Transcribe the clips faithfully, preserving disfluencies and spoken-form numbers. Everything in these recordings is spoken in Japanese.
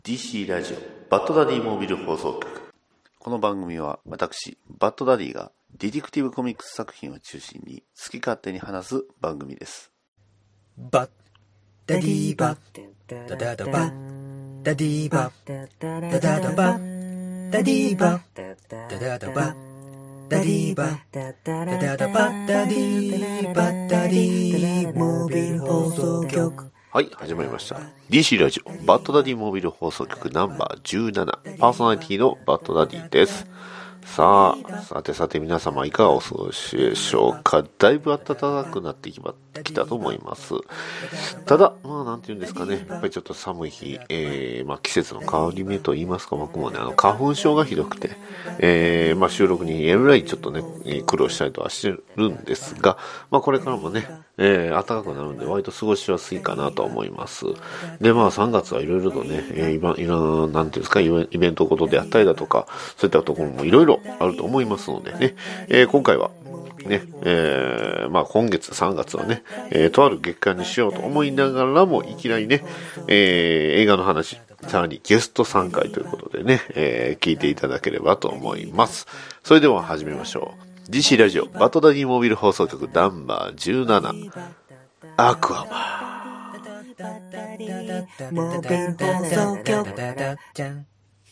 ディーシー ラジオバッドダディモービル放送局。この番組は私バッドダディがディティクティブコミックス作品を中心に好き勝手に話す番組です。 バッダディバッダダダバッダディバッダダダバッダディバッダダダバッダディバッダダダバッダディバッダディモービル放送局。 はい、始まりました。ディーシー ラジオバッドダディモービル放送局ナンバーじゅうなな、パーソナリティのバッドダディです。さあ、さてさて皆様いかがお過ごしでしょうか。だいぶ暖かくなってきま、きたと思います。ただ、まあなんて言うんですかね、やっぱりちょっと寒い日、えー、まあ季節の変わり目と言いますか、僕もね、あの花粉症がひどくて、えー、まあ収録にえらいちょっとね、苦労したりとはしてるんですが、まあこれからもね、えー、暖かくなるんで割と過ごしやすいかなと思います。で、まあさんがつはいろいろとね、えー、今、いろんな、なんていうんですか、イベントごとであったりだとか、そういったところもいろいろあると思いますのでね、えー、今回はね、えー、まあ今月さんがつはね、えー、とある月間にしようと思いながらもいきなりね、えー、映画の話、さらにゲストさんかいということでね、えー、聞いていただければと思います。それでは始めましょう。ディーシー ラジオバッドダディモービル放送局ナンバーじゅうなな、アクアマン。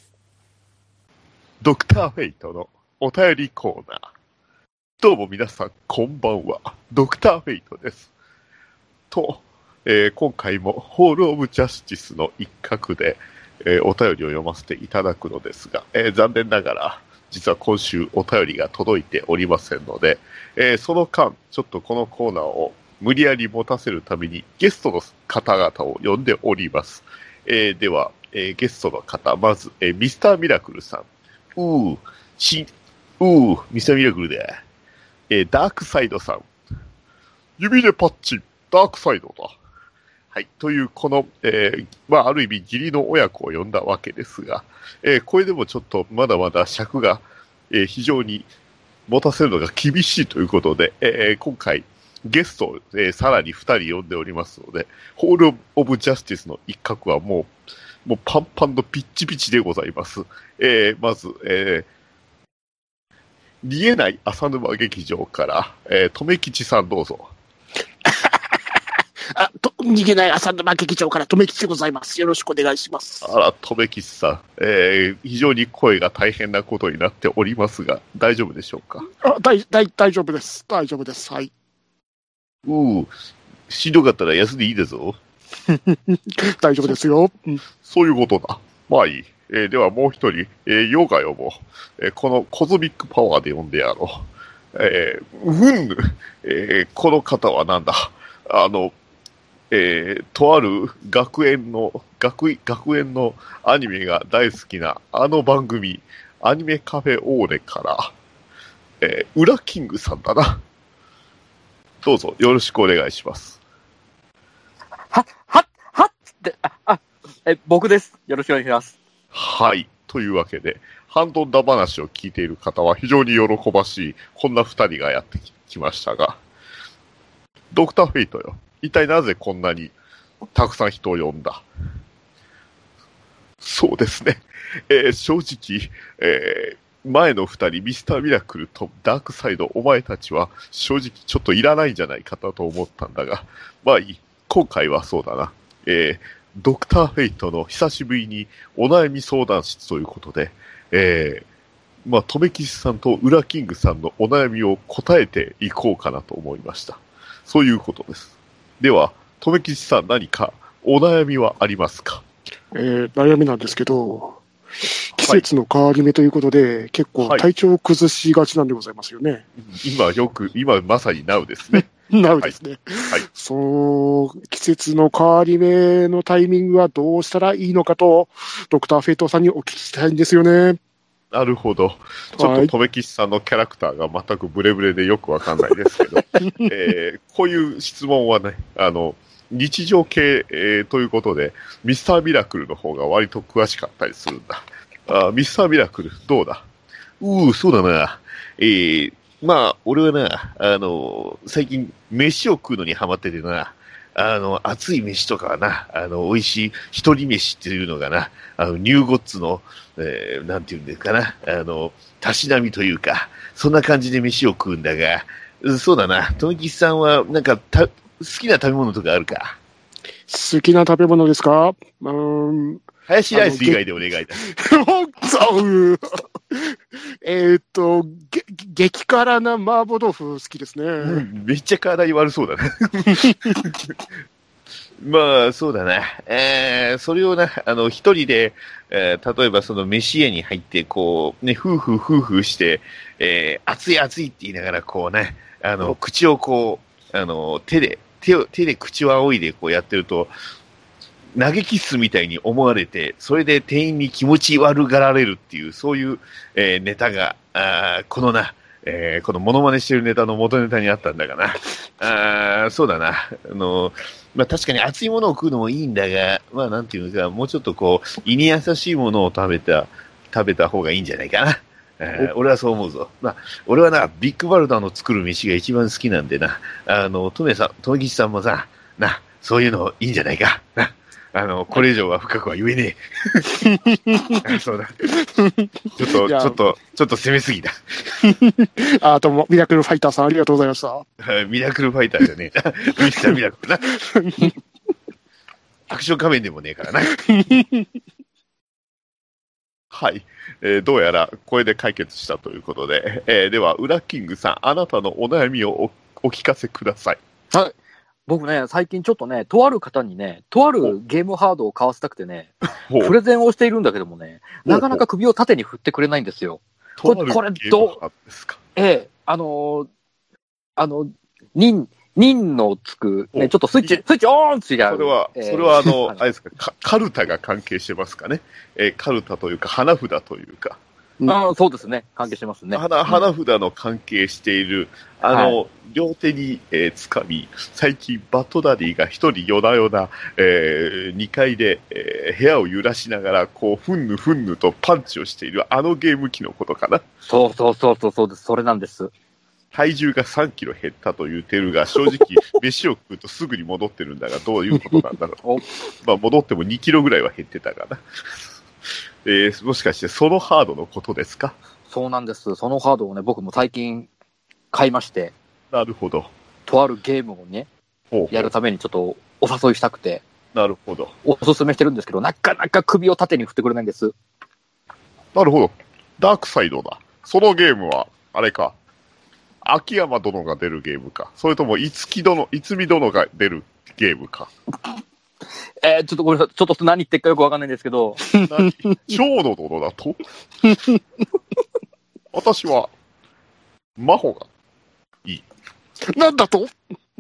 ドクターフェイトのお便りコーナー。どうも皆さんこんばんは。ドクターフェイトです。と、えー、今回もホールオブジャスティスの一角で、えー、お便りを読ませていただくのですが、えー、残念ながら実は今週お便りが届いておりませんので、えー、その間ちょっとこのコーナーを無理やり持たせるためにゲストの方々を呼んでおります。えー、では、えー、ゲストの方、まず、えー、ミスターミラクルさん。うー、し、うー、ミスターミラクルだ。えー、ダークサイドさん。指でパッチン、ダークサイドだ。はい。という、この、えー、まあ、ある意味、義理の親子を呼んだわけですが、えー、これでもちょっと、まだまだ尺が、えー、非常に持たせるのが厳しいということで、えー、今回、ゲストを、えー、さらにふたり呼んでおりますので、ホールオブジャスティスの一角はもう、もうパンパンのピッチピチでございます。えー、まず、えー、逃げない浅沼劇場から、えー、留吉さんどうぞ。 あと、逃げない浅沼劇場から留吉でございます。よろしくお願いします。 あら、留吉さん、えー、非常に声が大変なことになっておりますが、大丈夫でしょうか。 あ、大、大、大丈夫です。大丈夫です。はい。 うー、しんどかったら休んでいいですぞ。 大丈夫ですよ。 そ, そういうことだ。まあいい。えー、ではもう一人、えー、ヨガ呼ぼう。えー、このコズミックパワーで呼んでやろう。えー、うん、えー、この方はなんだ。あの、えー、とある学園の、学、学園のアニメが大好きなあの番組、アニメカフェオーレから、えー、ウラキングさんだな。どうぞよろしくお願いします。 は、は、はっつって、あ、あ、え、僕です。よろしくお願いします。 はい。というわけで、ハンドンダ話を聞いている方は非常に喜ばしい、こんな二人がやってきましたが、ドクターフェイトよ。一体なぜこんなにたくさん人を呼んだ？そうですね。えー、正直、えー、前の二人、ミスターミラクルとダークサイド、お前たちは正直ちょっといらないんじゃないかと思ったんだが、まあいい。今回はそうだな。えー、ドクターフェイトの久しぶりにお悩み相談室ということで、えー、まあ、留吉さんとウラキングさんのお悩みを答えていこうかなと思いました。そういうことです。では、留吉さん何かお悩みはありますか？ えー、悩みなんですけど、季節の変わり目ということで、はい、結構体調を崩しがちなんでございますよね。はい、 今よく、今まさにナウですね。 ナウですね。はい。そう、季節の変わり目のタイミングはどうしたらいいのかと、ドクターフェイトさんにお聞きしたいんですよね。 なるほど。ちょっと留吉さんのキャラクターが全くブレブレでよくわかんないですけど、えー、こういう質問はね、あの、日常系、えー、ということで、ミスターミラクルの方が割と詳しかったりするんだ。あ、ミスターミラクル、どうだ？うー、そうだな。えー、まあ、俺はな、あの、最近、飯を食うのにハマっててな、ああの、熱い飯とかはな、あの、美味しい一人飯っていうのがな、あの、ニューゴッツの、えー、なんていうんですかな、あの、たしなみというか、そんな感じで飯を食うんだが、そうだな、とめきちさんは、なんか、た、好きな食べ物とかあるか？ 好きな食べ物ですか？うーん。 ハヤシライス以外でお願いだ。 そうえっと、げ、激辛な麻婆豆腐好きですね。 うん、めっちゃ体悪そうだな。まあ、そうだな。えー、それをな、あの、一人で、えー、例えばその飯屋に入って、こう、ね、夫婦夫婦して、えー、熱い熱いって言いながら、こうね、あの、口をこう、あの、手で、手を、手で口を仰いでこうやってると、投げキッスみたいに思われて、それで店員に気持ち悪がられるっていう、そういう、えー、ネタが、あこのな、えー、このモノマネしてるネタの元ネタにあったんだがな。あそうだな。あの、まあ、確かに熱いものを食うのもいいんだが、まあ、なんていうか、もうちょっとこう、胃に優しいものを食べた、食べた方がいいんじゃないかな。えー、俺はそう思うぞ。まあ、俺はな、ビッグバルダーの作る飯が一番好きなんでな。あの、トメさん、トメギチさんもさ、な、そういうのいいんじゃないか。な。あの、これ以上は深くは言えねえ。そうだ。ちょっと、ちょっと、ちょっと攻めすぎだ。 あ、どうも、ミラクルファイターさんありがとうございました。 ミラクルファイターじゃねえな。ミスターミラクルな。アクション仮面でもねえからな。はい、えー。どうやらこれで解決したということで、えー、では、ウラキングさん、あなたのお悩みを お, お聞かせください。 はい。僕ね、最近ちょっとね、とある方にね、とあるゲームハードを買わせたくてね、プレゼンをしているんだけどもね、なかなか首を縦に振ってくれないんですよ。これ、これどう、ええ、あのー、あの、忍、忍のつく、ね、ちょっとスイッチ、スイッチオン違う。それは、えー、それはあの、あれですか、か、カルタが関係してますかね。えー、カルタというか、花札というか。 ああ、そうですね。関係してますね。 花、花札の関係している、うん、あの、はい、両手に、えー、掴み、最近バッドダディが一人夜な夜な、えー、にかいで、えー、部屋を揺らしながら、こう、ふんぬふんぬとパンチをしているあのゲーム機のことかな。 そうそうそうそう、そうです。それなんです。 体重がさんキロ減ったと言ってるが、正直、飯を食うとすぐに戻ってるんだが、どういうことなんだろう。まあ、戻ってもにキロぐらいは減ってたかな。えー、もしかしてそのハードのことですか？ そうなんです。そのハードをね、僕も最近買いまして。 なるほど。 とあるゲームをね、ほうほうやるためにちょっとお誘いしたくて。 なるほど。 おすすめしてるんですけど、なかなか首を縦に振ってくれないんです。 なるほど。ダークサイドだ。そのゲームは、あれか。秋山殿が出るゲームか。それとも、いつき殿、いつみ殿が出るゲームか。 えー、ちょっとごめんなさい。ちょっと何言ってるかよくわかんないんですけど。 蝶野殿だと私は、真帆がいい。 なんだと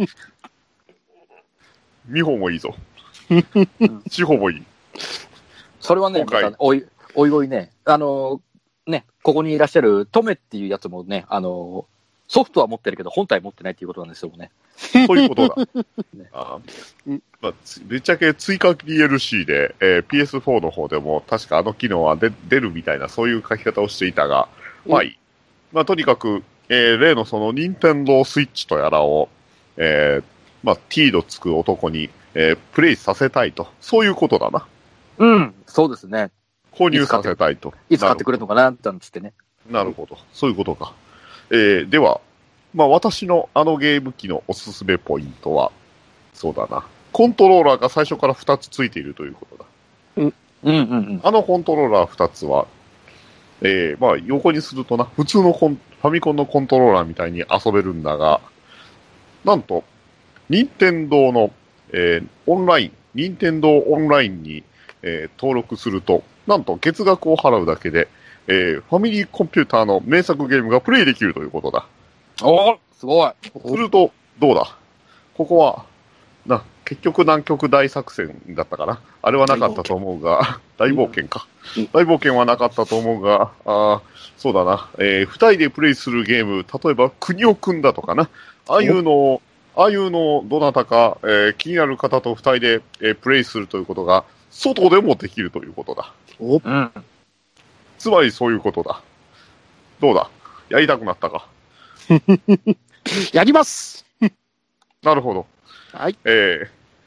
美穂もいいぞ。志保もいい。 それはね、またおい、おいおいね、あのー、ね、ここにいらっしゃるトメっていうやつもね、あのー、ソフトは持ってるけど、本体持ってないっていうことなんですよね。 そういうことだ。ね、あまあ、ぶっちゃけ追加 ディーエルシー で、えー、ピーエスフォー の方でも確かあの機能はで出るみたいなそういう書き方をしていたが、まあいい。まあとにかく、えー、例のその任天堂スイッチとやらを、えー、まあ T のつく男に、えー、プレイさせたいと。そういうことだな。 うん、そうですね。 購入させたいと。 いつ買ってくれるのかなってつってね。 なるほど。そういうことか。えー、では、まあ私のあのゲーム機のおすすめポイントは、そうだな。コントローラーが最初からふたつついているということだ。 うん。うんうんうん。 あのコントローラーふたつは、えー、まあ横にするとな、普通のコンファミコンのコントローラーみたいに遊べるんだが、なんと、任天堂の、えー、オンライン、任天堂オンラインに、えー、登録すると、なんと月額を払うだけで、えー、ファミリーコンピューターの名作ゲームがプレイできるということだ。 おーすごい。 すると、どうだここは、な、結局南極大作戦だったかなあれはなかったと思うが、大冒険か。大冒険はなかったと思うが、あそうだな、えー、二人でプレイするゲーム、例えば国を組んだとかな。ああいうのを、ああいうのをどなたか、えー、気になる方と二人で、えー、プレイするということが、外でもできるということだ。 おうん。 つまりそういうことだ。どうだやりたくなったかやりますなるほど。 はい。 えー、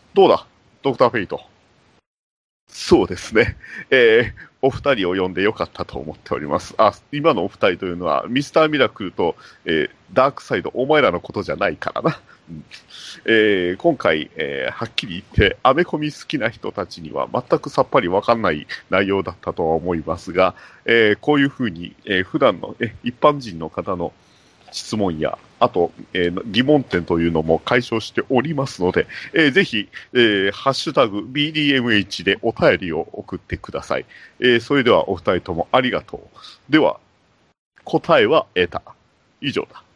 どうだドクターフェイト。そうですね。えー、お二人を呼んでよかったと思っております。あ、今のお二人というのは、ミスターミラクルと、えー、ダークサイド、お前らのことじゃないからな。うんえー、今回、えー、はっきり言って、アメコミ好きな人たちには全くさっぱりわかんない内容だったとは思いますが、えー、こういうふうに、えー、普段の、えー、一般人の方の質問や、あと、えー、疑問点というのも解消しておりますので、えー、ぜひ、えー、ハッシュタグ ビーディーエムエイチ でお便りを送ってください。えー、それではお二人ともありがとう。では、答えは得た。以上だ。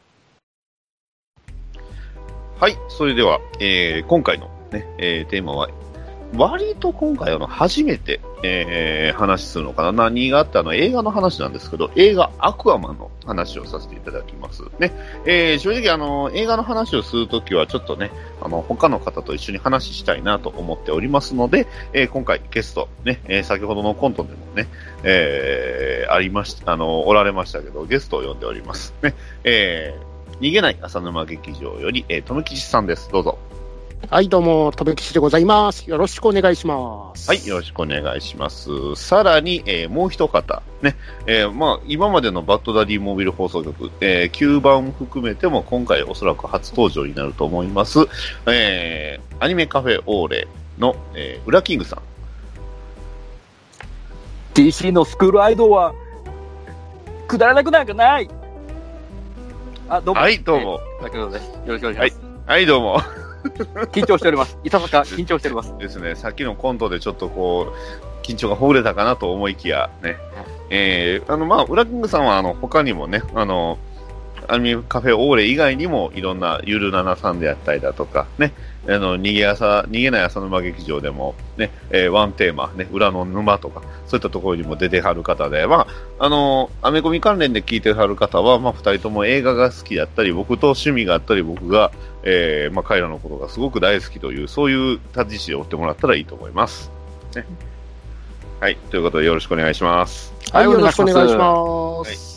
はい、それでは、えー、今回の、ねえー、テーマは、割と今回あの初めて、えー、話するのかな。何があったの映画の話なんですけど、映画アクアマンの話をさせていただきますね。えー、正直あの映画の話をするときはちょっとね、あの他の方と一緒に話したいなと思っておりますので、えー、今回ゲストね、えー、先ほどのコントでもね、えー、ありましたあのおられましたけど、ゲストを呼んでおりますね。えー逃げない浅沼劇場より、えー、とめきちさんです。どうぞ。 はい、どうも、とめきちでございます。よろしくお願いします。 はい、よろしくお願いします。さらに、えー、もう一方、ね、えー、まあ、今までのバッドダディモービル放送局、えー、きゅうばん含めても今回おそらく初登場になると思います、えー、アニメカフェオーレの、えー、ウラキングさん。 ディーシー のスクールアイドルは、くだらなくなんかない。あ、どうも。 はい、どうも。 先ほどです。よろしくお願いします。 はい、はい、どうも。 緊張しております。いささか緊張しております。 ですね。さっきのコントでちょっとこう、緊張がほぐれたかなと思いきや、ね。えー、あの、まあ、ウラキングさんは、あの、他にもね、あの、アニメカフェオーレ以外にもいろんなゆるななさんであったりだとか、ね、あの、逃げ朝、逃げない浅沼劇場でも、ね、えー、ワンテーマ、ね、裏の沼とか、そういったところにも出てはる方で、まあ、あの、アメコミ関連で聞いてはる方は、まあ、二人とも映画が好きだったり、僕と趣味があったり、僕が、えー、まあ、彼らのことがすごく大好きという、そういう立ち位置で追ってもらったらいいと思います。ね。はい。ということで、よろしくお願いします。 はい、よろしくお願いします。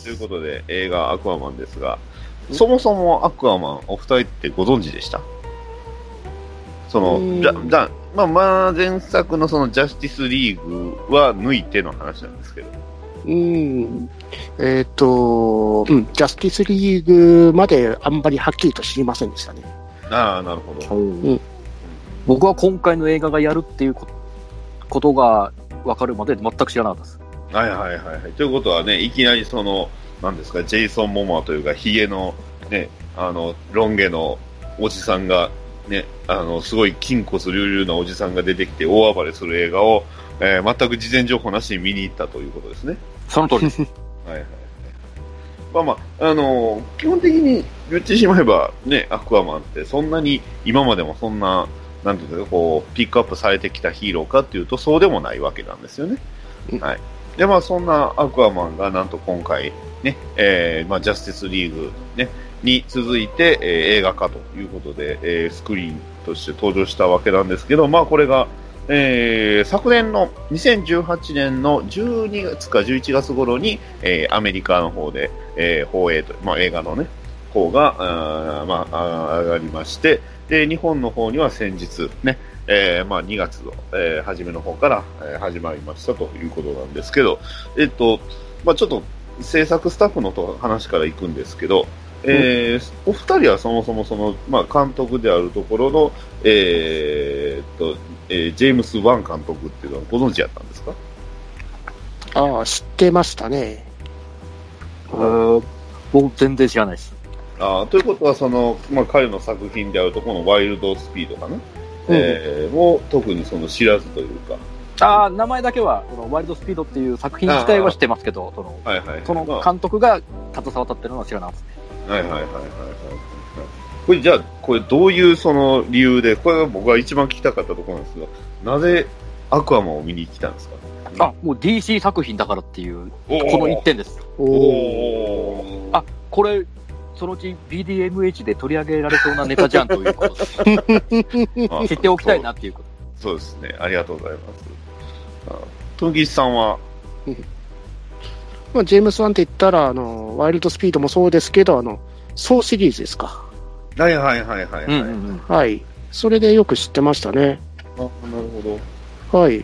はい。ということで、映画アクアマンですが、そもそもアクアマン、お二人ってご存知でした？その、じゃ、じゃ、まあ、まあ、前作のそのジャスティスリーグは抜いての話なんですけど。 うん。えっ、ー、と、うん、ジャスティスリーグまであんまりはっきりと知りませんでしたね。 ああ、なるほど。 うん、僕は今回の映画がやるっていうことが分かるまで全く知らなかったです。 はいはいはいはい。ということはね、いきなりその、なんですか、ジェイソン・モモアというか、ヒゲの、ね、あの、ロン毛のおじさんが、ね、あの、すごい筋骨隆々なおじさんが出てきて大暴れする映画を、えー、全く事前情報なしに見に行ったということですね。 その通りです。 はいはいはい。まあまあ、あのー、基本的に言ってしまえば、ね、アクアマンってそんなに今までもそんな、なんていうんですか、こう、ピックアップされてきたヒーローかっていうと、そうでもないわけなんですよね。はい。で、まあ、そんなアクアマンがなんと今回、ね、えー、まあ、ジャスティスリーグ、ね、に続いて、えー、映画化ということで、えー、スクリーンとして登場したわけなんですけど、まあ、これが、えー、昨年のにせんじゅうはちねんのじゅうにがつかじゅういちがつ頃に、えー、アメリカの方で、えー、放映と、まあ、映画のね、方が、あまあ、上がりまして、で、日本の方には先日、ね、えー、まあ、にがつの、えー、初めの方から、えー、始まりましたということなんですけど、えっと、まあ、ちょっと制作スタッフのと話からいくんですけど、えー、お二人はそもそもその、まあ、監督であるところの、えー、っと、えー、ジェームス・ワン監督っていうのはご存知やったんですか？ ああ、知ってましたね。 僕全然知らないです。 あということはその、まあ、彼の作品であるところのワイルドスピードかな、うん、えー、も特にその知らずというか。 ああ、名前だけはそのワイルドスピードっていう作品自体は知ってますけど、その、はいはいはい、その監督が携わったっていうのは知らなかったですね。はいはいはいはいはい。 これじゃあ、これどういうその理由で、これが僕が一番聞きたかったところなんですけど、なぜアクアマンを見に来たんですか？ あ、もう ディーシー 作品だからっていう、この一点です。おお。あ、これ、そのうち ビーディーエムエイチ で取り上げられそうなネタじゃんということです。知っておきたいなっていうこと。 そうですね。ありがとうございます。トンギシさんはまあ、ジェームス・ワンって言ったら、あの、ワイルドスピードもそうですけど、あの、ソーシリーズですか。 はいはいはいはいはい。 うんうん、はい。それでよく知ってましたね。 あ、なるほど。 はい。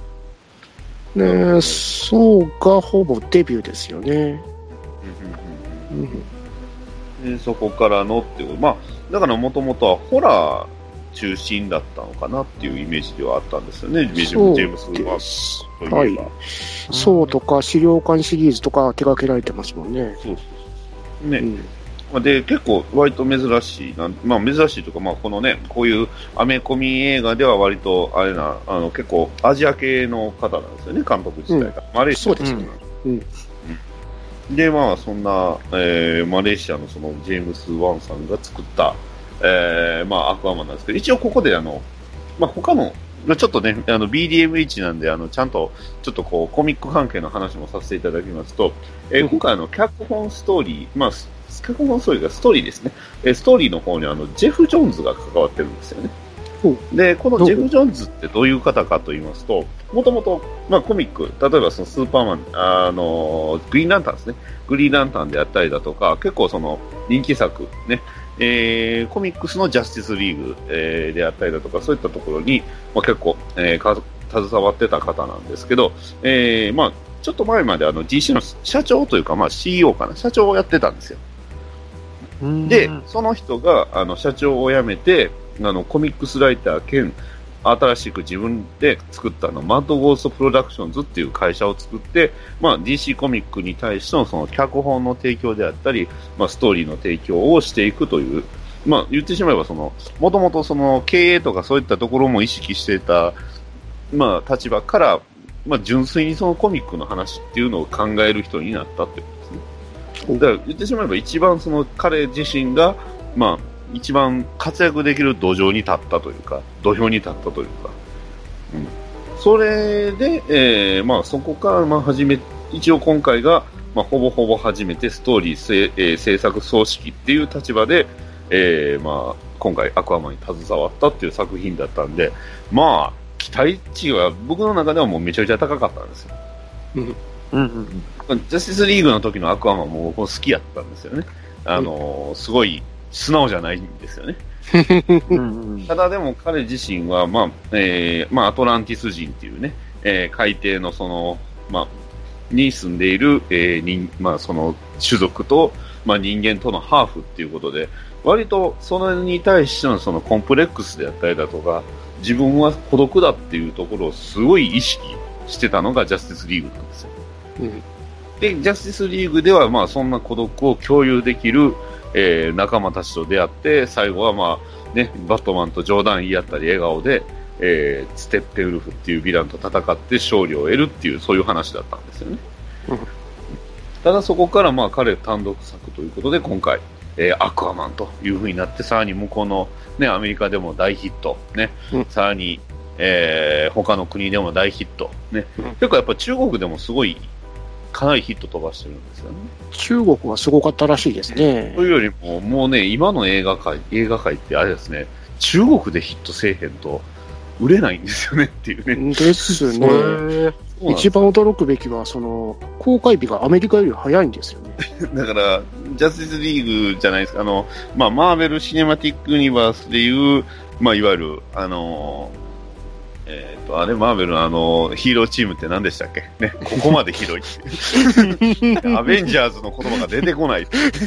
ね、そうがほぼデビューですよね。 うんうんうん、でそこからのっていう、まあ、だからもともとはホラー中心だったのかなっていうイメージではあったんですよね、ジェームス・ワーンといえば。はい、 そうとか、資料館シリーズとか手掛けられてますもんね。 そうそうね。うんで、結構割と珍しいな、まあ珍しいというか、まあこのね、こういうアメコミ映画では割と、あれな、あの結構アジア系の方なんですよね、監督自体が。うん、マレーシアですよね。うんうん、で、まあそんな、えー、マレーシアのそのジェームス・ワンさんが作った、えー、まあアクアマンなんですけど、一応ここであの、まあ他の、ちょっとね、あの ビーディーエムエイチ なんで、あの、ちゃんと、ちょっとこう、コミック関係の話もさせていただきますと、えー、今回あの、脚本ストーリー、まあ、脚本ストーリーがストーリーですね。えー、ストーリーの方にあの、ジェフ・ジョーンズが関わってるんですよね。で、このジェフ・ジョーンズってどういう方かと言いますと、もともと、まあコミック、例えばそのスーパーマン、あの、グリーンランタンですね。グリーンランタンであったりだとか、結構その人気作、ね、えー、コミックスのジャスティスリーグ、えー、であったりだとか、そういったところに、まあ、結構、えー、携わってた方なんですけど、えー、まあ、ちょっと前まであの ディーシー の社長というか、まあ シーイーオー かな、社長をやってたんですよ。で、その人が、あの、社長を辞めて、あの、コミックスライター兼、新しく自分で作ったあの、マッドゴーストプロダクションズっていう会社を作って、まあ、ディーシー コミックに対してのその脚本の提供であったり、まあ、ストーリーの提供をしていくという、まあ、言ってしまえばその、もともとその、経営とかそういったところも意識していた、まあ、立場から、まあ、純粋にそのコミックの話っていうのを考える人になったってことですね。だから言ってしまえば一番その彼自身が、まあ、一番活躍できる土壌に立ったというか、土俵に立ったというか、うん。それで、えー、まあそこから、まあ始め、一応今回が、まあほぼほぼ初めてストーリーせ、えー、制作総指揮っていう立場で、えー、まあ今回アクアマンに携わったっていう作品だったんで、まあ期待値は僕の中ではもうめちゃくちゃ高かったんですよ。うん。うんうん、ジャスティスリーグの時のアクアマンも僕好きやったんですよね。あのー、すごい、素直じゃないんですよね。ただでも彼自身は、まあ、えー、まあ、アトランティス人っていうね、えー、海底のその、まあ、に住んでいる、えー、人、まあ、その種族と、まあ、人間とのハーフっていうことで、割とそれに対してのそのコンプレックスであったりだとか、自分は孤独だっていうところをすごい意識してたのがジャスティスリーグなんですよ。うん、で、ジャスティスリーグでは、まあ、そんな孤独を共有できる、えー、仲間たちと出会って、最後はまあ、ね、バットマンと冗談言い合ったり笑顔で、えー、ステッペウルフっていうヴィランと戦って勝利を得るっていう、そういう話だったんですよね。うん、ただそこからまあ彼単独作ということで、今回、えー、アクアマンという風になって、さらに向こうのね、アメリカでも大ヒット、ね、うん、さらに、えー、他の国でも大ヒット、ね、うん、結構やっぱ中国でもすごい、かなりヒット飛ばしてるんですよね。 中国はすごかったらしいですね。 というよりも、もうね、今の映画界、映画界ってあれですね、中国でヒットせえへんと売れないんですよねっていうね。 ですね。一番驚くべきは、その、公開日がアメリカより早いんですよね。 だから、ジャスティスリーグじゃないですか、あの、まあ、マーベル・シネマティック・ユニバースでいう、まあ、いわゆる、あの、えっ、ー、と、あれ、マーベルのあの、ヒーローチームって何でしたっけね、ここまでひどいって。アベンジャーズの言葉が出てこない。はい、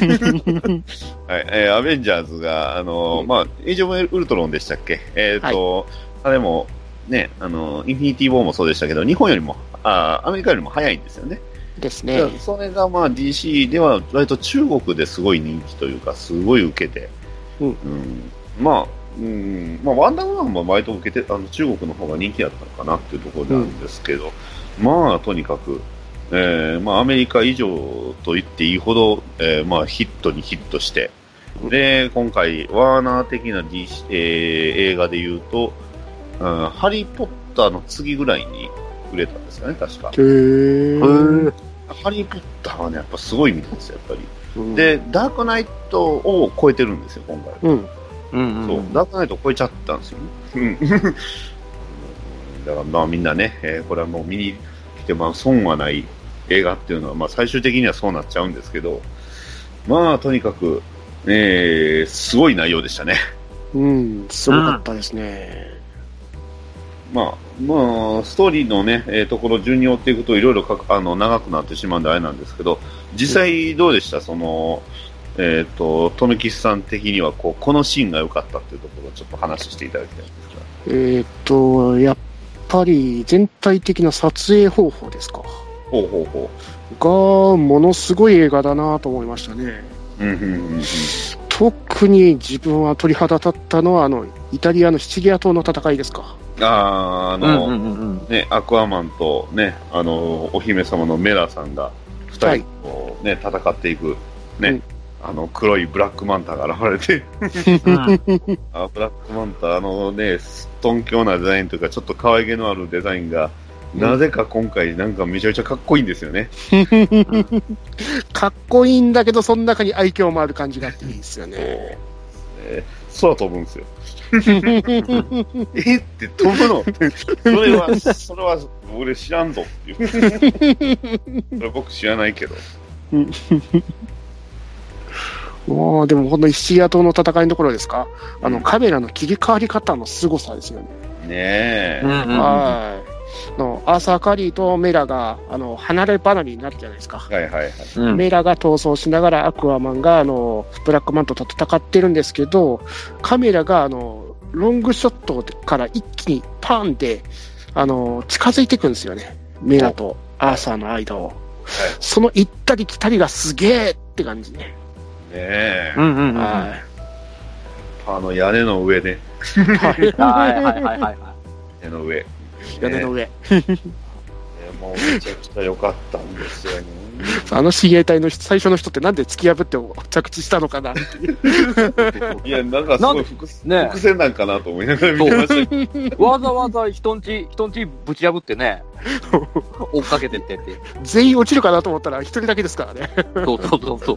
えー、アベンジャーズが、あの、まあ、エイジオブ・ウルトロンでしたっけえっ、ー、と、はい、あれも、ね、あの、インフィニティ・ウォーもそうでしたけど、日本よりも、あアメリカよりも早いんですよね。 ですね。 それがまあ ディーシー では、割と中国ですごい人気というか、すごい受けて、うん、うん、まあ、うん、まあ、ワンダーウーマンも割と受けて、あの、中国の方が人気だったのかなっていうところなんですけど、うん、まあ、とにかく、えー、まあ、アメリカ以上と言っていいほど、えー、まあ、ヒットにヒットして、で、今回、ワーナー的な、ディーシーえー、映画で言うと、うん、ハリーポッターの次ぐらいに売れたんですかね、確か。へー。ハリーポッターはね、やっぱすごい見たんですよ、やっぱり。うん、で、ダークナイトを超えてるんですよ、今回。うんうんうん、そう、ダークナイトを超えちゃったんですよね。だからまあみんなね、えー、これはもう見に来て、まあ損はない映画っていうのは、まあ最終的にはそうなっちゃうんですけど、まあとにかく、えー、すごい内容でしたね。 うん、すごかったですね。 まあ、まあ、ストーリーのね、えー、ところ順に追っていくといろいろかあの長くなってしまうんであれなんですけど、実際どうでした、その、えっ、ー、と、とめきちさん的にはこう、このシーンが良かったっていうところをちょっと話していただきたいんですが。 えっと、やっぱり全体的な撮影方法ですか。 ほうほうほう。が、ものすごい映画だなと思いましたね。 うんうんうんうん、 特に自分は鳥肌立ったのは、あの、イタリアのシチリア島の戦いですか。 ああ、あの、 うんうんうん、 ね、アクアマンとね、あの、お姫様のメラさんが二人とね、はい、戦っていく、ね、うん、あの、黒いブラックマンタが現れて、うん、あブラックマンタ、あのね、すっとんきょうなデザインというか、ちょっと可愛げのあるデザインが、うん、なぜか今回なんかめちゃめちゃかっこいいんですよね。 かっこいいんだけど、その中に愛嬌もある感じがあっていいですよね。 えー、空飛ぶんですよ。えって飛ぶのそれは、それは俺知らんぞっていう。それ僕知らないけど。 もうでもほんとシチリア島の戦いのところですか、あの、うん、カメラの切り替わり方の凄さですよね。 ねえ。 はい。のアーサー・カリーとメラがあの離れ離れになるじゃないですか。 はいはいはい。 うん、メラが逃走しながらアクアマンがあのブラックマントと戦ってるんですけど、カメラがあのロングショットから一気にパーンであの近づいていくんですよね。メラとアーサーの間を。はい、その行ったり来たりがすげえって感じね。ねえ。 うんうんうん。 はい。 あの屋根の上で。 はいはいはいはいはい。 屋根の上。 屋根の上。 もうめちゃくちゃ良かったんですよね。 あの親衛隊の最初の人ってなんで突き破って着地したのかなっていう。 いや、なんかすごい伏、ね、伏線なんかなと思いながら見てました。 わざわざ人んち、人んちぶち破ってね、追っかけてってって。 全員落ちるかなと思ったら一人だけですからね。 そうそうそうそう。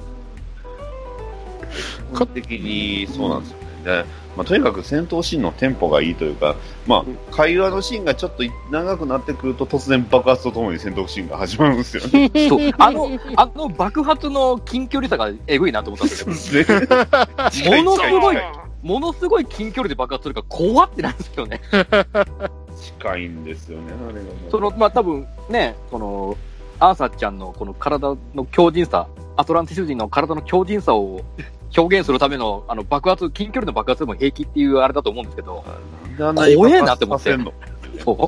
基本的にそうなんですよね。でまあ、とにかく戦闘シーンのテンポがいいというか、まあ、会話のシーンがちょっと長くなってくると突然爆発とともに戦闘シーンが始まるんですよね。 そうあのあの爆発の近距離差がえぐいなと思ったんですけど、ものすごいものすごい近距離で爆発するから怖ってなんですよね。 近いんですよね、あれが。 そのまあ多分ね、そのアーサーちゃんのこの体の強靭さ、アトランティス人の体の強靭さを表現するためのあの爆発、近距離の爆発でも平気っていうあれだと思うんですけど、怖えなって思って。そう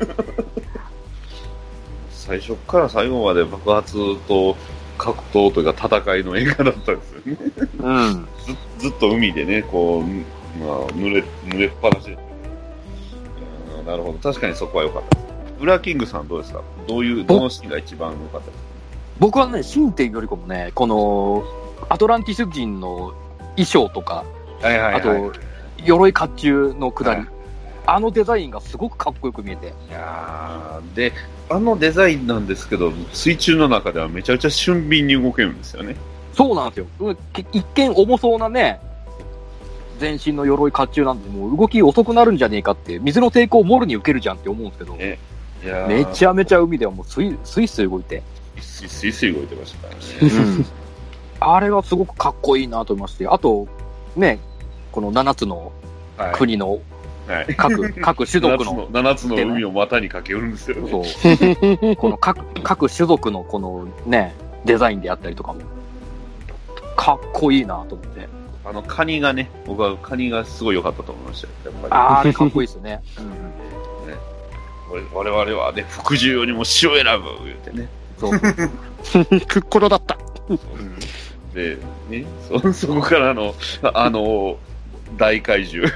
最初から最後まで爆発と格闘というか戦いの映画だったんですよね。 うん、 ず, ずっと海でね、こう、まあ、濡れ、濡れっぱなしで。なるほど。確かにそこは良かったです。ウラキングさんどうですか？どういう、どのシーンが一番良かったですか？ 僕はね、シーンっていうよりかもね、この、アトランティス人の衣装とか、 はいはいはい、 あと、鎧甲冑の下り、はい、あのデザインがすごくかっこよく見えて。 いやで、あのデザインなんですけど、水中の中ではめちゃくちゃ俊敏に動けるんですよね。 そうなんですよ。一見重そうなね、全身の鎧甲冑なんで、もう動き遅くなるんじゃねえかって、水の抵抗をもろに受けるじゃんって思うんですけど、 ね、いやめちゃめちゃ海ではもうスイスイスイ動いて。 スイスイスイ動いてましたからね。うんあれがすごくかっこいいなと思いまして、あと、ね、このななつの国の各、はい、各種族の、 ななつの海を股にかけるんですよね。 そう。この各、各種族のこのね、デザインであったりとかも、かっこいいなと思って。 あの、カニがね、僕はカニがすごい良かったと思いましたよ、やっぱり。 あれかっこいいですね。 うん、ね我々はね、服従よりも死を選ぶ、言うてね。 そう。 くっころだった。 うんでね、そ, そこからのあの大怪獣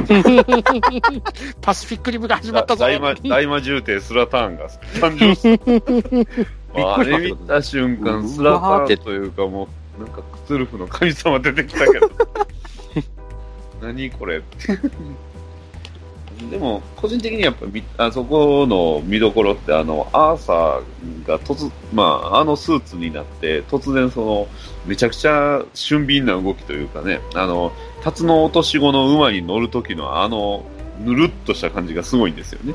パシフィックリムが始まったぞ。 大魔大魔獣帝スラターンが誕生する。あれ見た瞬間スラターンというかもうなんかクツルフの神様出てきたけど何これってでも個人的にやっぱりあそこの見どころってあのアーサーが突、まあ、あのスーツになって突然そのめちゃくちゃ俊敏な動きというかね、あのタツノオトシゴの馬に乗る時のあのぬるっとした感じがすごいんですよね。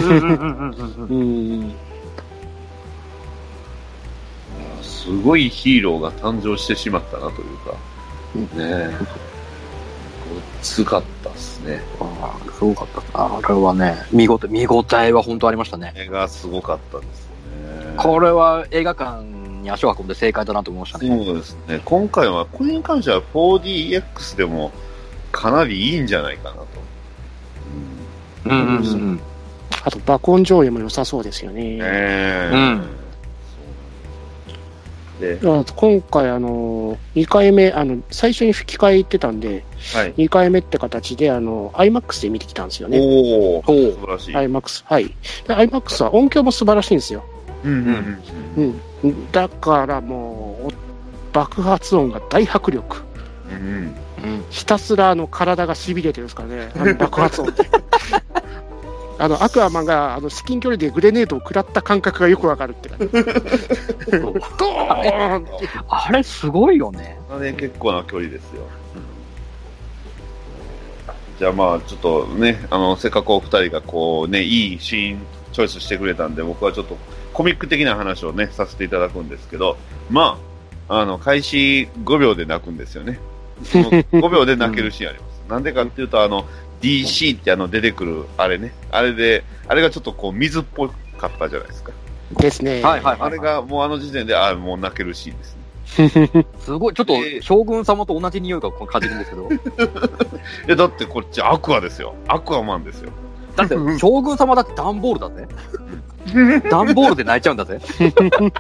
すごいヒーローが誕生してしまったなというかねえすごかったですね。 ああ、すごかった。あれはね、見応え、見応えは本当ありましたね。 映画すごかったですね。 これは映画館に足を運んで正解だなと思いましたね。 そうですね。今回は、これに関しては フォーディーエックス でもかなりいいんじゃないかなと。 うんうんうんうん。 あと、爆音上映も良さそうですよね。 えー、 うん。 で今回、あの、にかいめ、あの、最初に吹き替え行ってたんで、 はい、 にかいめって形で、あの、アイマックス で見てきたんですよね。 おー、素晴らしい。 アイマックス、はい。アイマックス は音響も素晴らしいんですよ。 うんうんうん。 うん。だからもう、爆発音が大迫力。 うん。 ひたすらあの体が痺れてるんですからね、あの爆発音って。あのアクアマンがあの至近距離でグレネードを食らった感覚がよくわかるって感じ。ドーンって。 あれすごいよね。 あれ結構な距離ですよ。じゃあまあちょっとね、あのせっかくお二人がこうね、いいシーンチョイスしてくれたんで、僕はちょっとコミック的な話をねさせていただくんですけど、まああの開始ごびょうで泣くんですよね。そのごびょうで泣けるシーンあります。なんでかっていうと、あの ディーシー ってあの出てくるあれね、あれであれがちょっとこう水っぽかったじゃないですか。 ですね。 はいはいはい、はい。 あれがもうあの時点であもう泣けるシーンですね。 すごい、ちょっと将軍様と同じ匂いが感じるんですけど。 いやだってこっちアクアですよ。アクアマンですよ。 だって将軍様だって段ボールだぜ。段ボールで泣いちゃうんだぜ。ち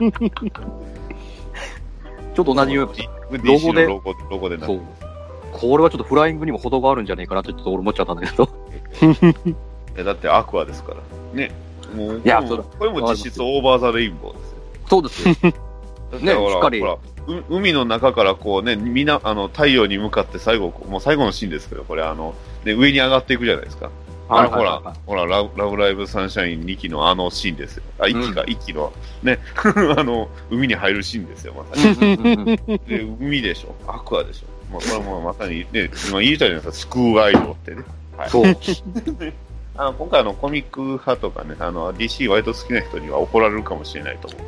ょっと同じ匂いが。 ロゴでロゴでロゴでそう。これはちょっとフライングにも程があるんじゃないかなってちょっと俺思っちゃったんだけど。 えだってアクアですからね。もういやこれもこれも実質オーバーザレインボーですよ。 そうですよ。ね、しっかりほら海の中からこうね、みなあの太陽に向かって最後もう最後のシーンですけど、これあの、ね、上に上がっていくじゃないですか。あのほら、ほらラブ、ラブライブサンシャインにきのあのシーンですよ。あ、いちきか、いっきのね、あの海に入るシーンですよ、まさに。で海でしょ、アクアでしょ。まあ、これもまさにね、今言いたいじゃないですか、スクーアイドってね。はい、そう。あの今回のコミック派とかね、あの ディーシー 割と好きな人には怒られるかもしれないと思う。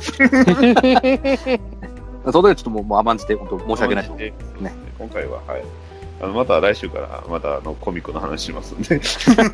それでちょっともう甘んじて本当申し訳ないですね。今回ははい。あのまた来週からまたあのコミックの話しますんで。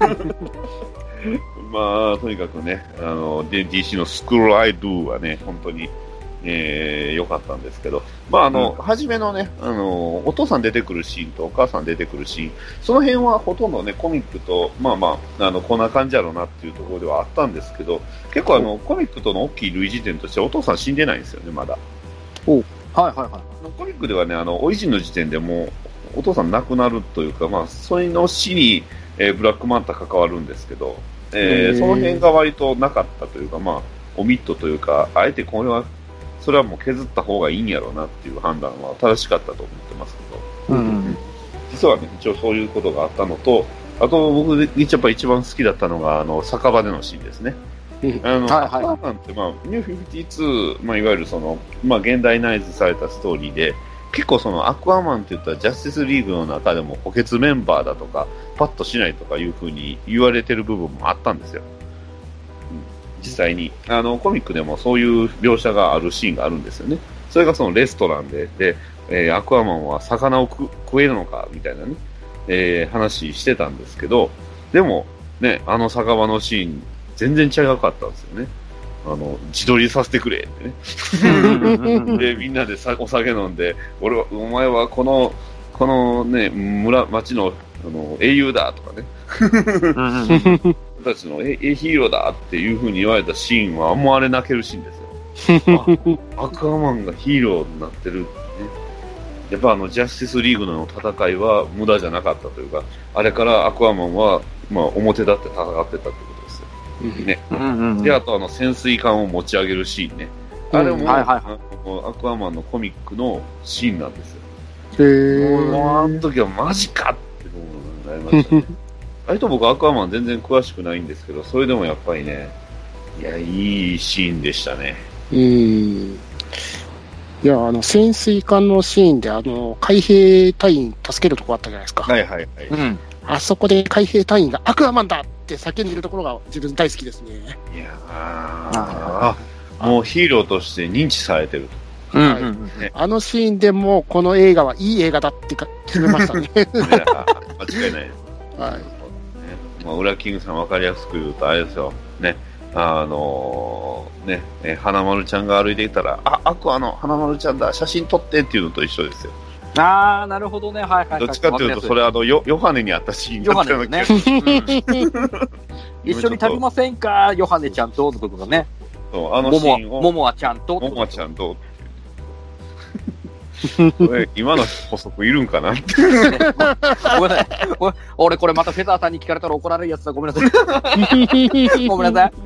まあとにかくね、あの ディーシー のスクールアイドゥはね本当に良、えー、かったんですけど、まああの、うん、初めのね、あのお父さん出てくるシーンとお母さん出てくるシーン、その辺はほとんどねコミックとまあまああのこんな感じやろうなっていうところではあったんですけど、結構あのコミックとの大きい類似点としてお父さん死んでないんですよねまだ。 おはいはいはい。 コミックではね、あの、オリジンの時点でもう、お父さん亡くなるというか、まあ、それの死に、えー、ブラックマンタ関わるんですけど、えー、その辺が割となかったというか、まあ、オミットというか、あえてこれは、それはもう削った方がいいんやろうなっていう判断は正しかったと思ってますけど、うんうん、実はね、一応そういうことがあったのと、あと僕でやっぱ一番好きだったのが、あの、酒場でのシーンですね。あの、はいはい、アクアマンって、まあ、ニューフィフティーツー、まあ、いわゆるその、まあ、現代ナイズされたストーリーで、結構その、アクアマンって言ったら、ジャスティスリーグの中でも補欠メンバーだとか、パッとしないとかいう風に言われてる部分もあったんですよ。うん、実際に。あの、コミックでもそういう描写があるシーンがあるんですよね。それがそのレストランで、で、えー、アクアマンは魚を食えるのか、みたいなね、えー、話してたんですけど、でも、ね、あの酒場のシーン、全然違かったんですよね。あの、自撮りさせてくれってね。で、みんなでさお酒飲んで、俺は、お前はこの、このね、村、町の、あの、英雄だとかね。たちのえヒーローだっていう風に言われたシーンは、もうあれ泣けるシーンですよ。あ、アクアマンがヒーローになってるってね。やっぱあの、ジャスティスリーグの戦いは無駄じゃなかったというか、あれからアクアマンは、まあ、表立って戦ってたってことですよ。ね。うんうんうん、で、あとあの、潜水艦を持ち上げるシーンね。あれも、うんはいはい、あのアクアマンのコミックのシーンなんですよ。へー。もう、あの時はマジかってなりましたね。あれと僕アクアマン全然詳しくないんですけど、それでもやっぱりね、いや、いいシーンでしたね。 うん。いや、あの、潜水艦のシーンで、あの、海兵隊員助けるとこあったじゃないですか。 はいはいはい。うん。 あそこで海兵隊員がアクアマンだって叫んでるところが自分大好きですね。 いやああ、もうヒーローとして認知されてると。 うんうんうんね、あのシーンでもこの映画はいい映画だって決めましたね。 間違いないです。 はい。 ね、まあ、ウラキングさん分かりやすく言うと、あれですよ。ね。あのー、ね、えー、花丸ちゃんが歩いていたら、あ、アクアの花丸ちゃんだ、写真撮ってっていうのと一緒ですよ。 あー、なるほどね。はいはいはい。 どっちかっていうと、それあの、ヨヨハネにあったシーンだったような気がする。 一緒に食べませんか、ヨハネちゃんとの部分がね。 そう、あのシーンを。 ももはちゃんと。 ももはちゃんと。今の補足いるんかなって。ごめんなさい。俺これまたフェザーさんに聞かれたら怒られるやつだ。ごめんなさい。ごめんなさい。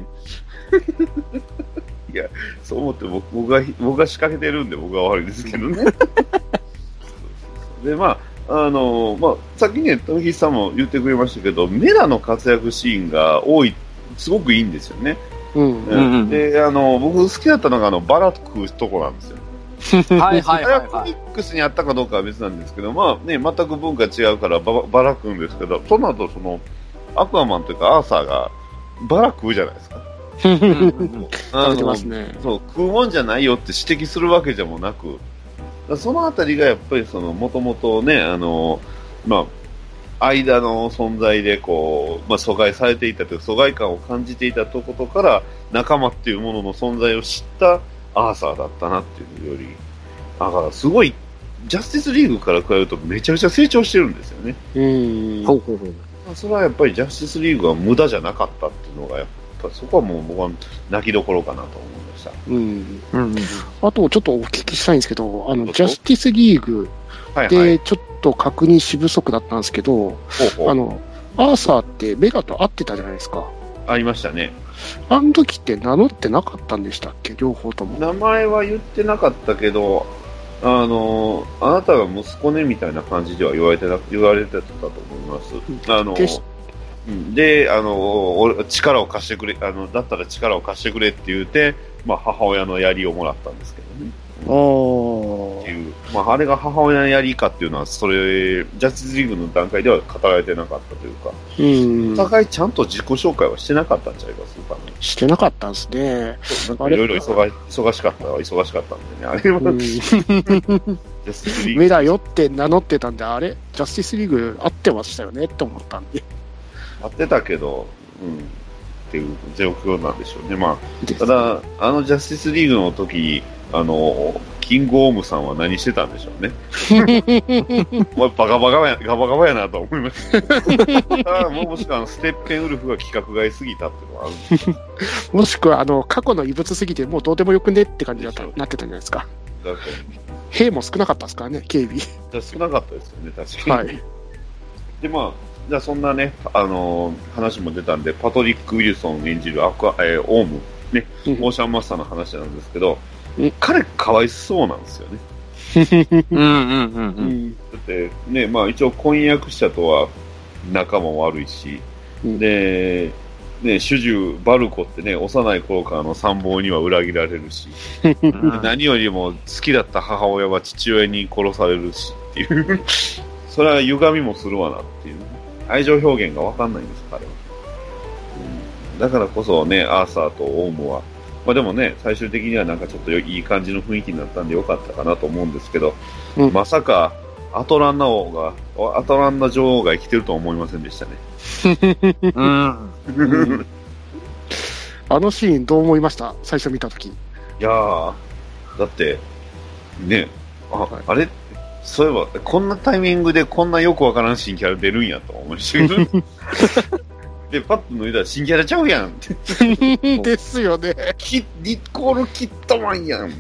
いや、そう思って僕僕が、僕が仕掛けてるんで僕が悪いですけどね。で、まあ、あの、まあ、さっきね、富木さんも言ってくれましたけど、メラの活躍シーンが多い、すごくいいんですよね。 うんうん、 で、あの、僕好きだったのが、あの、バラ食うとこなんですよ。 はいはいはい、はい。 コミックスにあったかどうかは別なんですけど、まあね、全く文化違うからババラ食うんですけど、その後その、アクアマンというかアーサーがバラ食うじゃないですか。 食べてますね。 そう、食うもんじゃないよって指摘するわけでもなく、そのあたりがやっぱりその、もともとね、あの、まあ、間の存在でこう、まあ、阻害されていたという疎外感を感じていたところから仲間っていうものの存在を知ったアーサーだったなっていうより、だからすごいジャスティスリーグから比べるとめちゃくちゃ成長してるんですよね。 うん。 ほうほうほう。 それはやっぱりジャスティスリーグは無駄じゃなかったっていうのがやっぱそこはもう僕は泣きどころかなと思いました。 うん。 うん。 あとちょっとお聞きしたいんですけど、あのジャスティスリーグでちょっと確認し不足だったんですけど、 ほうほう、 あのアーサーってメガと会ってたじゃないですか。 ありましたね。 あの時って名乗ってなかったんでしたっけ、両方とも。 名前は言ってなかったけど、あの、あなたが息子ねみたいな感じでは言われてな、言われてたと思います。あの、で、あの、俺、力を貸してくれ、あの、だったら力を貸してくれって言って、まあ、母親の槍をもらったんですけどね。 あっていう、まあ、あれが母親の槍かっていうのは、それ、ジャスティスリーグの段階では語られてなかったというか、 うん。 お互いちゃんと自己紹介はしてなかったんちゃいますかね。 してなかったんですね。 なんかいろいろ忙忙しかったは忙しかったんでね、あれは、うん、ジャスティスリーグ。 目だよって名乗ってたんで、あれジャスティスリーグ合ってましたよねって思ったんで。 合ってたけど、うん、っていう状況なんでしょうね。まあ、ただ、あのジャスティスリーグの時、あの、キングオームさんは何してたんでしょうね。まあ、バカバカや、ガバガバやなと思いました。もしくはあのステッペンウルフが規格外すぎたっていうのはあるんですもしくは、あの、過去の異物すぎて、もうどうでもよくねって感じだったなってたんじゃないですか。 だって兵も少なかったですからね、警備。 少なかったですよね、確かに。 はい。 で、まあ、じゃあそんなね、あのー、話も出たんで、パトリック・ウィルソン演じるアクア、えー、オウム、ね、オーシャンマスターの話なんですけど、うん、彼、かわいそうなんですよね。 うんうんうんうん。 だってね、まあ一応婚約者とは仲も悪いし、うん、で、ね、主従、バルコってね、幼い頃からの参謀には裏切られるし、何よりも好きだった母親は父親に殺されるしっていう、それは歪みもするわなっていう、愛情表現がわかんないんです、彼は、うん。だからこそね、アーサーとオウムは、まあでもね、最終的にはなんかちょっといい感じの雰囲気になったんでよかったかなと思うんですけど、うん、まさかアトランナ王が、アトランナ女王が生きてるとは思いませんでしたね。 うん、あのシーンどう思いました？最初見たとき。いやー、だって、ね、あ、はい、あれそういえば、こんなタイミングでこんなよくわからん新キャラ出るんやと思いましたけど。で、パッと脱いだら新キャラちゃうやんって。 ですよね。 キリコールキットマンやん。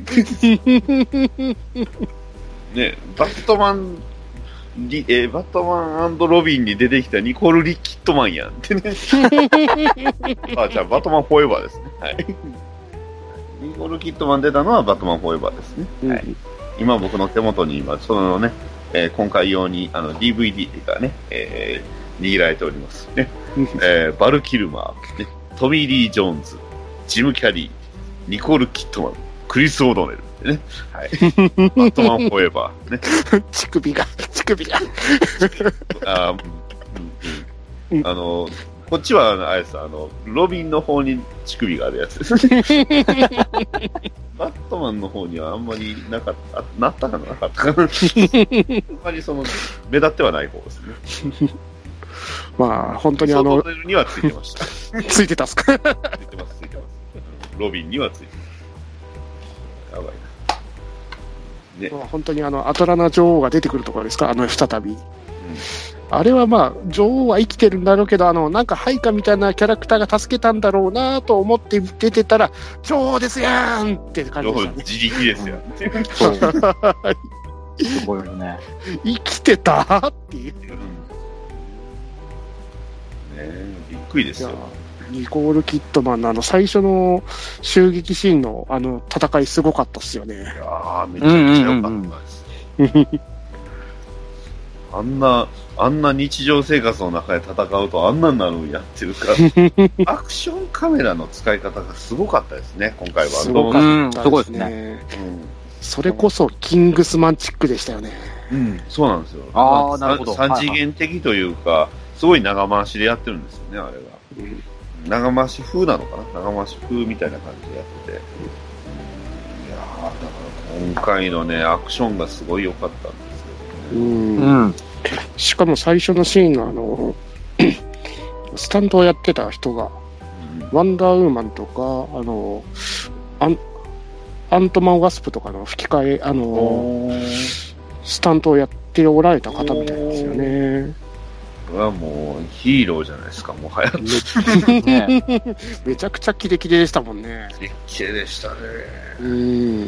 ね、バットマン、リえー、バットマン&ロビンに出てきたニコール・リキットマンやんってね。あ、じゃあバットマンフォーエバーですね。はい。ニコール・キットマン出たのはバットマンフォーエバーですね。はい。今僕の手元に今、そのね、えー、今回用にあの ディーブイディーがね、えー、握られておりますね。えー、バル・キルマー、ね、トミー・リー・ジョーンズ、ジム・キャリー、ニコール・キットマン、クリス・オドネル、ね、はい、バットマン・フォーエバー、ね、 乳首が、乳首が、 あ、うんうん、あの、 こっちはあれです、あのロビンの方に乳首があるやつです。バットマンの方にはあんまりなかった、あなったかな、なかったかな。あんまりその目立ってはない方ですね。 まあ本当にあのモデルにはついてました。 ついてたっすか。 ついてますついてます。ロビンにはついてます。やばいな。ね、 まあ、本当にあのアトラナ女王が出てくるところですか、あの再び。 うん、 あれはまあ女王は生きてるんだろうけど、あのなんか配下みたいなキャラクターが助けたんだろうなと思って出てたら、女王ですやんって感じでしたね。 自力ですよ。 すごいよね。 生きてたっていう。 ね、びっくりですよ。 ニコール・キッドマンのあの最初の襲撃シーンのあの戦いすごかったっすよね。いやー、めちゃくちゃ良かったです。あんな、あんな日常生活の中で戦うとあんなになるんやっていうか、アクションカメラの使い方がすごかったですね、今回は。 すごかったですね。 うん、 それこそキングスマンチックでしたよね。 うん、そうなんですよ。 ああ、なるほど。 三次元的というか、はいはい、すごい長回しでやってるんですよね、あれは。うん長回し風なのかな長回し風みたいな感じでやってて。いやー、だから今回のね、アクションがすごい良かったんですけどね。 うん。しかも最初のシーンのあの、スタントをやってた人が、うん、ワンダーウーマンとか、あの、アン、アントマン・ワスプとかの吹き替え、あの、スタントをやっておられた方みたいですよね。 これはもうヒーローじゃないですか、もはや。 ね、めちゃくちゃキレキレでしたもんね。 キレキレでしたね。 うーん。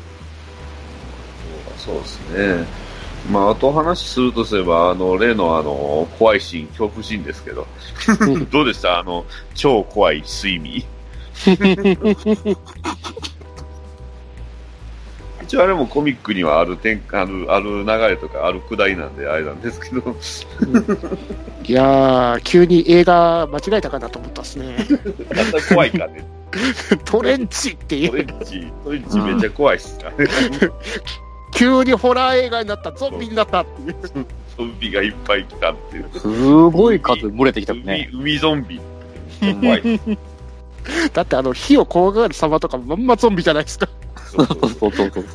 そうですね。まあ、あと話するとすれば、あの、例のあの、怖いシーン、恐怖シーンですけど。どうでしたあの、超怖い睡眠。一応あれもコミックにはある展あるある流れとかあるくだりなんであれなんですけど、うん、 いやー急に映画間違えたかなと思ったっすね。 あんな怖いかね。 トレンチっていう。 トレンチトレンチめっちゃ怖いっすかね。 急にホラー映画になったゾンビになったっていう。 ゾンビがいっぱい来たっていう。 すごい数漏れてきたね。 海, 海ゾンビ怖い。 だってあの火を怖がる様とかまんまゾンビじゃないですか。 そうそうそうそう。そうそう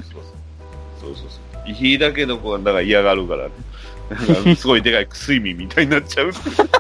そう。火だけの子がだから嫌がるからね。なんかすごいでかい睡眠みたいになっちゃう。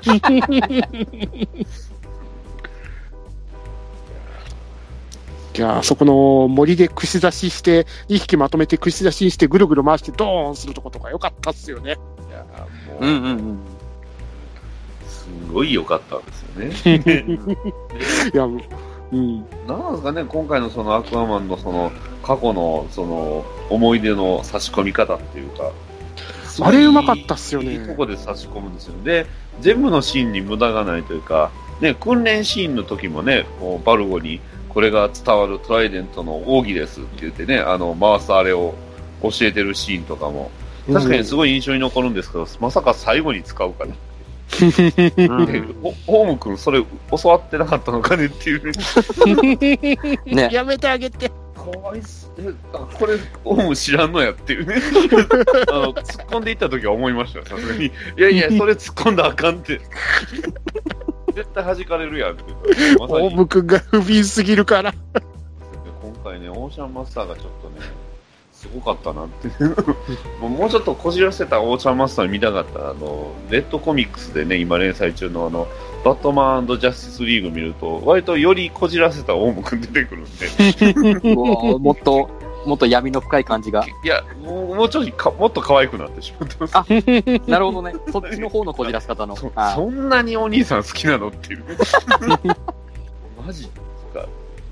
じゃあそこの森で串刺ししてにひきまとめて串刺しにしてぐるぐる回してドーンするとことか良かったっすよね。 いやもう、 うんうんうん、 すごい良かったんですよね。 いやうん、 なんですかね、今回のそのアクアマンのその過去のその思い出の差し込み方っていうか、 あれうまかったっすよね。 いいとこで差し込むんですよ。で、全部のシーンに無駄がないというか、ね、訓練シーンの時もね、こうバルゴにこれが伝わるトライデントの奥義ですって言ってね、あの回すあれを教えてるシーンとかも確かにすごい印象に残るんですけど、うん、まさか最後に使うかね。うん、ホーム君それ教わってなかったのかねっていうね。やめてあげて。 怖いっすね。これホーム知らんのやっていうね。あの突っ込んでいった時は思いましたよ、さすがに。いやいやそれ突っ込んだらあかんって。絶対弾かれるやんって。 ま、ホーム君が不憫すぎるから。 今回ねオーシャンマスターがちょっとねすごかったなってもうちょっとこじらせたオーシャンマスター見たかったあのレッドコミックスでね今連載中のあのバットマン&ジャスティスリーグ見ると割とよりこじらせたオウム君出てくるんでもっともっと闇の深い感じがいやもうもうちょっとかもっと可愛くなってしまってます。 あなるほどねそっちの方のこじらせ方のそ, そんなにお兄さん好きなのっていうマジか。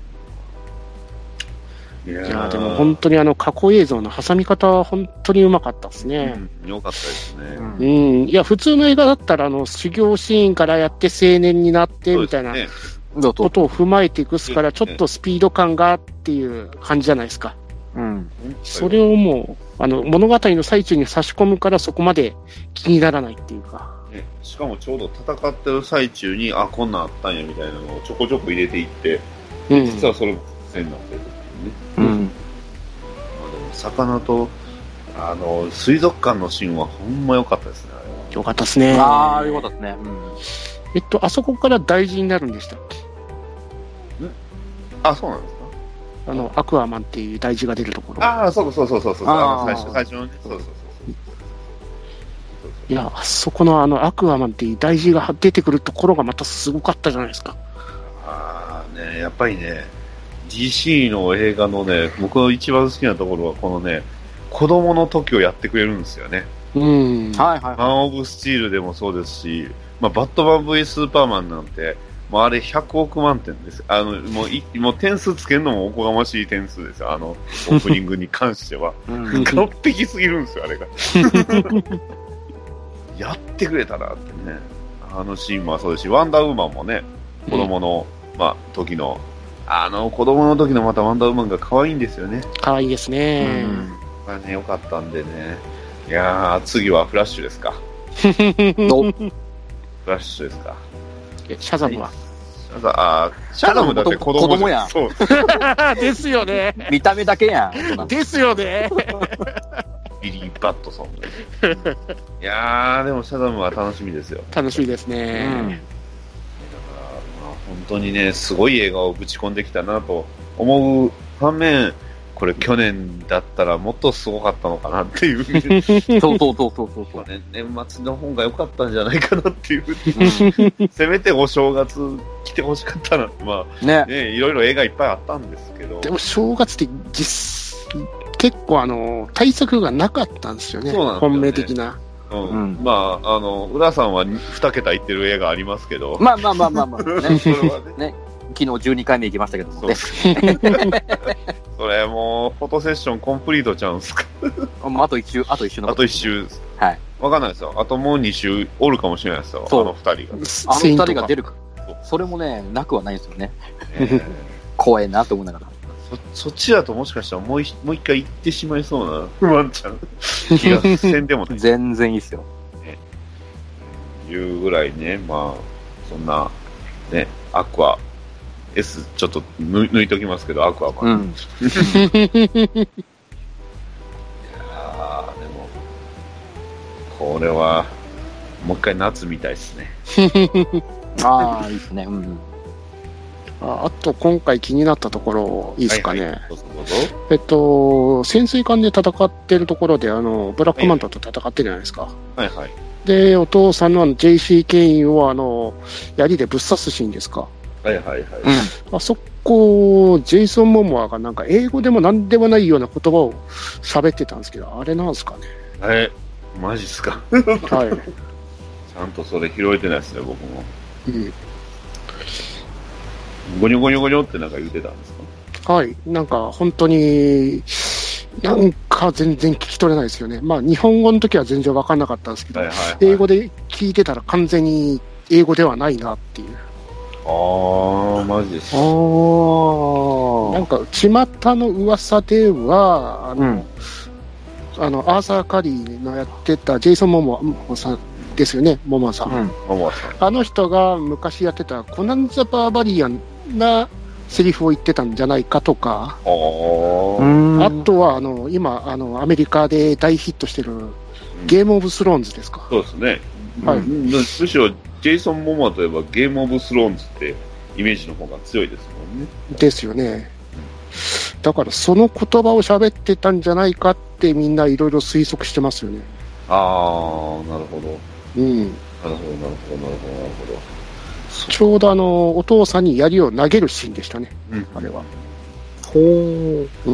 いや, いやでも本当にあの過去映像の挟み方は本当にうまかったですね。 うん、よかったですね。 うん、いや普通の映画だったらあの修行シーンからやって青年になってみたいなことを踏まえていくすからちょっとスピード感がっていう感じじゃないですか。うん、それをもうあの物語の最中に差し込むからそこまで気にならないっていうか。 ね、しかもちょうど戦ってる最中にあこんなんあったんやみたいなのをちょこちょこ入れていって、うん、実はそれも線になってる。うん、まあ、でも魚とあの水族館のシーンはほんま良かったですね。あれは良かったですね。 ああ良かったですね。 えっと、あそこから大事になるんでしたっけ？ あ、そうなんですか？ あの、アクアマンっていう大事が出るところ。 ああ、そうそうそうそうそう。あの最初、最初のね。そうそうそう。 いや、あそこのあの、アクアマンっていう大事が出てくるところがまたすごかったじゃないですか。 ああ、ね、やっぱりね、ディーシー の映画のね、僕の一番好きなところは、このね、子供の時をやってくれるんですよね。 うん。 はいはい、はい。 マン・オブ・スチールでもそうですし、まあ、バットマン ブイ スーパーマンなんて、もうあれひゃくおくまんてんです。あの、もうい、もう点数つけるのもおこがましい点数ですよ。あの、オープニングに関しては。うん、完璧すぎるんですよ、あれが。やってくれたなってね。あのシーンもそうですし、ワンダーウーマンもね、子供の、うん、まあ、時の、あの、子供の時のまたワンダーウーマンが可愛いんですよね。 可愛いですね。 うん。まあね、よかったんでね。いやー、次はフラッシュですか。フラッシュですか。 シャザムは、 シャザあシャザムだって子供, 子供やん。 そうですよね。 見た目だけやん。ですよね。 ビリー・バットソン。いやー、でもシャザムは楽しみですよ。 楽しみですね。うん、だから、まあ、 本当にね、すごい映画をぶち込んできたなと思う反面、これ去年だったらもっとすごかったのかなっていう。 そうそうそうそうそうそう、 ね。年末の方が良かったんじゃないかなっていう。せめてお正月来てほしかったなって。まあ、ね, ね、いろいろ映画いっぱいあったんですけど。 でも正月って実、結構あの、対策がなかったんですよね。そうなんですよね。本命的な。 うんうん、まあ、あの、浦さんはに桁いってる映画ありますけど。 まあまあまあまあまあ、ね。それはね。ね、昨日じゅうにかいめ行きましたけどもね。 それもう、フォトセッションコンプリートちゃうんすか？ あと一周、あと一周の。 あと一周。 はい。 わかんないですよ。あともう二周おるかもしれないですよ。あの二人が。 あの二人が出るか。それもね、なくはないんですよね。えー、怖いなと思いながら。 そ、そっちだともしかしたらもう一、もう一回行ってしまいそうな、ワンちゃん。気がせんでもない。 全然いいっすよ。 ね。いうぐらいね、まあ、そんな、ね、アクア、S ちょっと抜, 抜いときますけど、アクアか。うん。いやー、でも、これは、もう一回夏みたいですね。 ああ、いいですね。うん。 あ, あと、今回気になったところ、いいですかね。はいはい、 どうぞどうぞ。 えっと、潜水艦で戦ってるところで、あの、ブラックマンタと戦ってるじゃないですか。 はいはい。 で、お父さんのあの ジェイシー ケインを、あの、槍でぶっ刺すシーンですか。 はいはいはい。 うん、あそこ、ジェイソン・モモアがなんか英語でもなんでもないような言葉を喋ってたんですけど、あれなんですかね。 え、マジっすか。はい。ちゃんとそれ拾えてないですね、僕も。うん。ゴニョゴニョゴニョってなんか言ってたんですか？ はい。なんか本当に、なんか全然聞き取れないですよね。まあ日本語の時は全然わかんなかったんですけど、はいはいはい、英語で聞いてたら完全に英語ではないなっていう。 ああ、マジですか。 なんか、巷の噂では、あの、うん、あの、アーサー・カリーのやってたジェイソン・モモさんですよね、モモさん。うん、モモさん。あの人が昔やってたコナン・ザ・バーバリアンなセリフを言ってたんじゃないかとか、あとは、あの、今、あの、アメリカで大ヒットしてるゲーム・オブ・スローンズですか。 そうですね。はい。むしろ、ジェイソン・モモアといえばゲームオブスローンズってイメージの方が強いですもんね。ですよね。だからその言葉を喋ってたんじゃないかってみんないろいろ推測してますよね。 ああ、なるほど。 うん。なるほど、なるほど、なるほど、なるほど。 ちょうどあの、お父さんに槍を投げるシーンでしたね。うん。あれは。ほー。うん。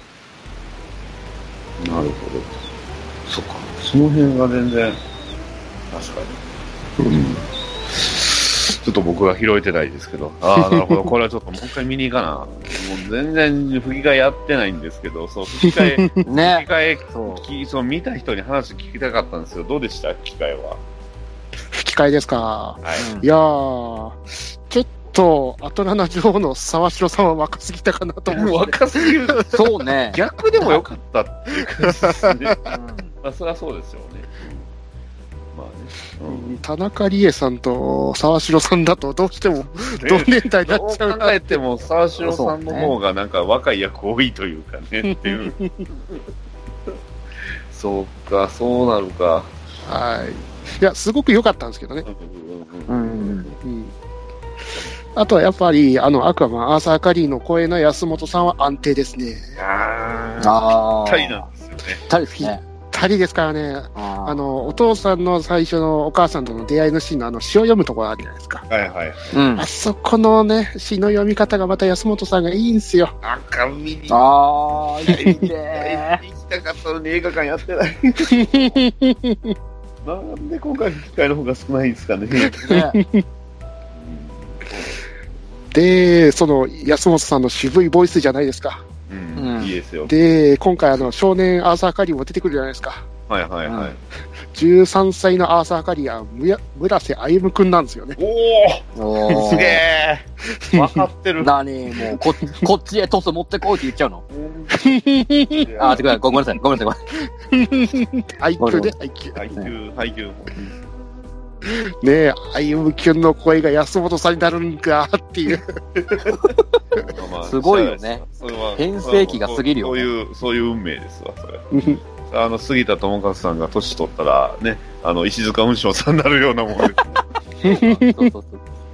なるほど。そっか。その辺が全然、確かに。うん、ちょっと僕は拾えてないですけど、ああ、なるほど、これはちょっともう一回見に行かな。もう全然吹き替えやってないんですけど、そう、吹き替え、ね、吹き替え、そうそう見た人に話聞きたかったんですよ。どうでした吹き替えは。 吹き替えですか。はい。いやー、ちょっと、アトラナ女王の沢城さんは若すぎたかなと思う。 若すぎる。 そうね。 逆でもよかったっていう感じですね。うん、まあ、そりゃそうですよね。まあねうん、田中理恵さんと沢城さんだとどうしても同年代になっちゃうな、ね、 考えても沢城さんの方がなんか若い役多いというかねっていうそうかそうなるかはいいや、すごく良かったんですけどね。 うん。 うん。あとはやっぱり、あの、アクアマン、アーサー・カリーの声の安本さんは安定ですね。 あああ。 ぴったりなんですよね。 ぴったりですね。 ぴったりですからね。 ああの、お父さんの最初のお母さんとの出会いのシーンのあの詩を読むところあるじゃないですか。 はいはい。 うん。 あそこのね、詩の読み方がまた安本さんがいいんですよ。 赤身に。 ああ、いいね。 行きたかったのに映画館やってない。なんで今回機会の方が少ないんですかね。 ねで、その安本さんの渋いボイスじゃないですか。 ううんん、いいですよ。 で、今回あの少年アーサー・カリーも出てくるじゃないですか。 はいはいはい。 じゅうさんさいのアーサー・カリーはむや村瀬歩くんなんですよね。 おおおすげえ分かってる。 なに、もう、こ、こっちへトス持ってこいって言っちゃうのあー、てか、ごめんなさい、ごめんなさい、ごめんなさい。 配給で、配給。 配給、配給も。 ねえ、歩きゅんの声が安本さんになるんかっていう。 すごいよね。 それは変声期が過ぎるよねそういう、そういう運命ですわ、それ。あの、杉田智和さんが年取ったら、ね、あの、石塚雲章さんになるようなもんです。 そうそうそう。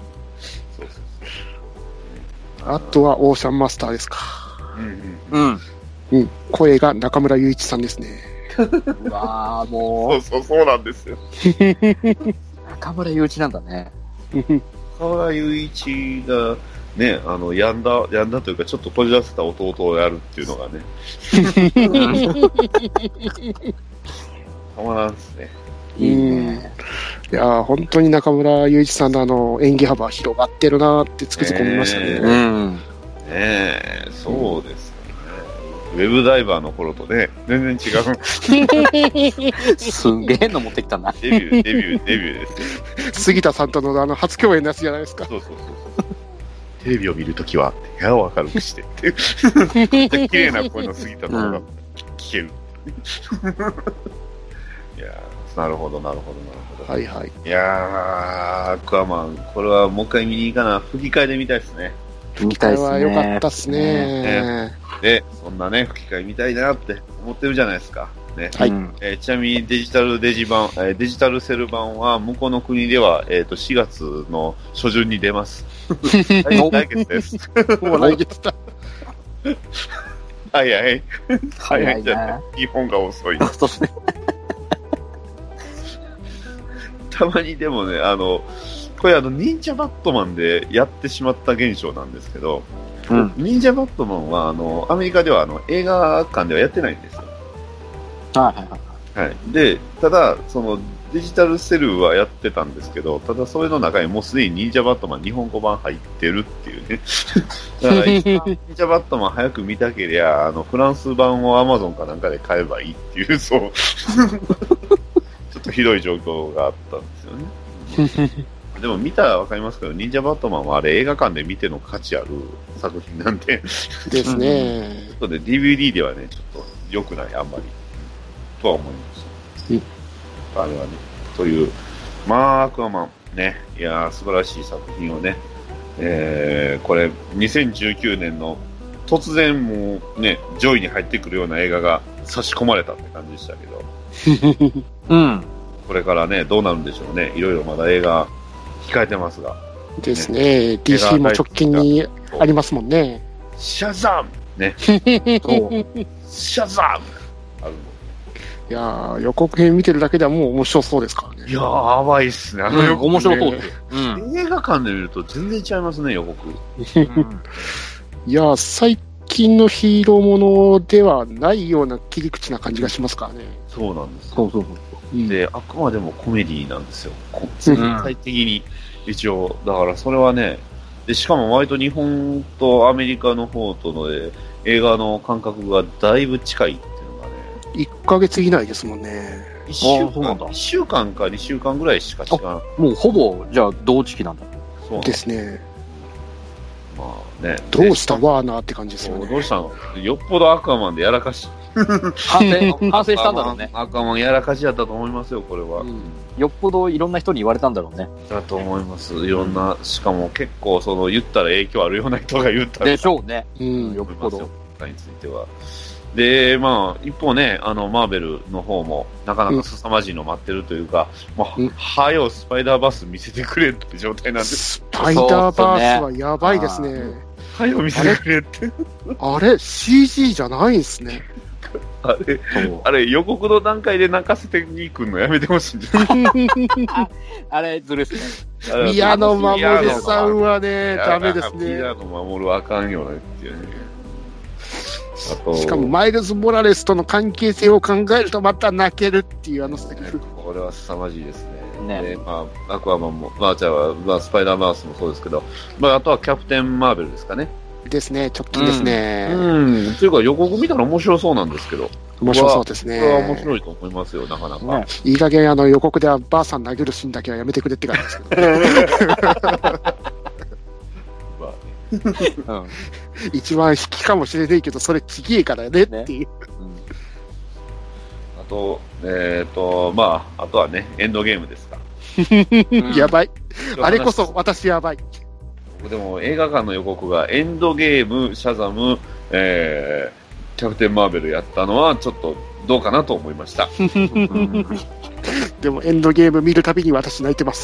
あとはオーシャンマスターですか。 うんうん。 うん。 うん。声が中村雄一さんですね。 うわー、 そもうそう、そうなんですよ。 う、中村雄一なんだね。 河村雄一が、ね、あの、やんだ、やんだというか、ちょっとこじらせた弟をやるっていうのがね、たまらんですね。 いいね。 いやー、本当に中村雄一さんのあの演技幅広がってるなーってつくづく思いましたね。 ねうん。 ねえ、そうですよね。ウェブダイバーの頃とね、全然違う。 すんげえの持ってきたな。 デビュー、デビュー、デビューですよ。 杉田さんとのあの初共演のやつじゃないですか。 そうそうそうそう。テレビを見るときは、部屋を明るくしてって。めっちゃ綺麗な声の杉田の方が聞ける。いやー、なるほど、なるほど、なるほど。 はいはい。 いやー、アクアマン、これはもう一回見に行かな。吹き替えで見たいですね。 見たいっすね。 これは良かったっすね。 で、そんなね、吹き替え見たいなって思ってるじゃないですか。ね。 はいうんえーちなみにデジタルデジ版、えーデジタルセル版は向こうの国では、えっ、と、しがつの初旬に出ます。来来月です。 もう来月だ。 早い。 早いじゃな。 ない日本が遅い。 そうですね。 たまにでもね、あの、これあの、忍者バットマンでやってしまった現象なんですけど、 うん。 忍者バットマンは、あの、アメリカではあの、映画館ではやってないんですよ。 はいはいはい。 はい。で、ただ、その、デジタルセルはやってたんですけど、ただそれの中にもうすでに忍者バットマン日本語版入ってるっていうね。だから一番忍者バットマン早く見たけりゃ、あの、フランス版をアマゾンかなんかで買えばいいっていう、そう。ちょっとひどい状況があったんですよね。でも見たらわかりますけど、忍者バットマンはあれ映画館で見ての価値ある作品なんで、 ですね。 ちょっとで ディーブイディー ではね、ちょっと良くない、あんまり。とは思います。 うんあれはね。という、まあ、アクアマン、ね。いやー、素晴らしい作品をね、えー、これ、にせんじゅうきゅうねんの突然もうね、上位に入ってくるような映画が差し込まれたって感じでしたけど、 うん。 これからね、どうなるんでしょうね。いろいろまだ映画控えてますが。 ですね。ディーシー も直近にありますもんね。 シャザムね。 そう。 シャザムあるの。 いやー、予告編見てるだけではもう面白そうですからね。 いやー、やばいっすね。あのうん、 予告面白そうですよ。うん。 映画館で見ると全然違いますね、予告。 いやー、最近のヒーローものではないような切り口な感じがしますからね。 そうなんですよ。 そうそうそう。 で、あくまでもコメディなんですよ。こ全体的に。一応、だからそれはね、で、しかも割と日本とアメリカの方との、え映画の感覚がだいぶ近いっていうのがね、 いっかげつ以内ですもんね。 一週間あそうなんだ一週間かにしゅうかんぐらいしか違う。 もうほぼ、じゃあ、同時期なんだ。 そうなんですね。 まあね。 どうしたワーナーって感じですよね。 どうしたのよっぽどアクアマンでやらかし。 反省、反省したんだろうね。 アクアマンやらかしやったと思いますよ、これは。 うんよっぽどいろんな人に言われたんだろうね。 だと思います。いろんな、しかも結構その言ったら影響あるような人が言ったら。 でしょうね。 うんよっぽど。 については。 で、まあ、一方ね、あの、マーベルの方も、なかなか凄まじいの待ってるというか、うん、もう、はよ、スパイダーバース見せてくれって状態なんです。 スパイダーバースはやばいですね。 はよ、見せてくれって。 あれ、シージー じゃないんですね。 あれ、あれ、予告の段階で泣かせてに行くのやめてほしいんですあれ、ずるいっすね。宮野真守さんはね、ダメですね。 宮野守はあかんよねっていうね。あとしかも、マイルズ・モラレスとの関係性を考えるとまた泣けるっていうあのセリフ。 これは凄まじいですね。 ねで、まあ、アクアマンも、まあ、じゃあ、まあ、スパイダーバースもそうですけど、まあ、あとはキャプテン・マーベルですかね。 ですね、直近ですね。 うん。うん、というか予告見たら面白そうなんですけど。 面白そうですね。 これは面白いと思いますよ、なかなか。ね、 いい加減あの予告ではばあさん投げるシーンだけはやめてくれって感じですけど。まあね、一番引きかもしれないけど、それちぎえからねっていう。ね、うん、 あと、えっ、ー、と、まあ、あとはね、エンドゲームですか。 やばい。あれこそ私やばい。 でも映画館の予告がエンドゲーム、シャザム、えー、キャプテンマーベルやったのはちょっとどうかなと思いました。うん、 でもエンドゲーム見るたびに私泣いてます。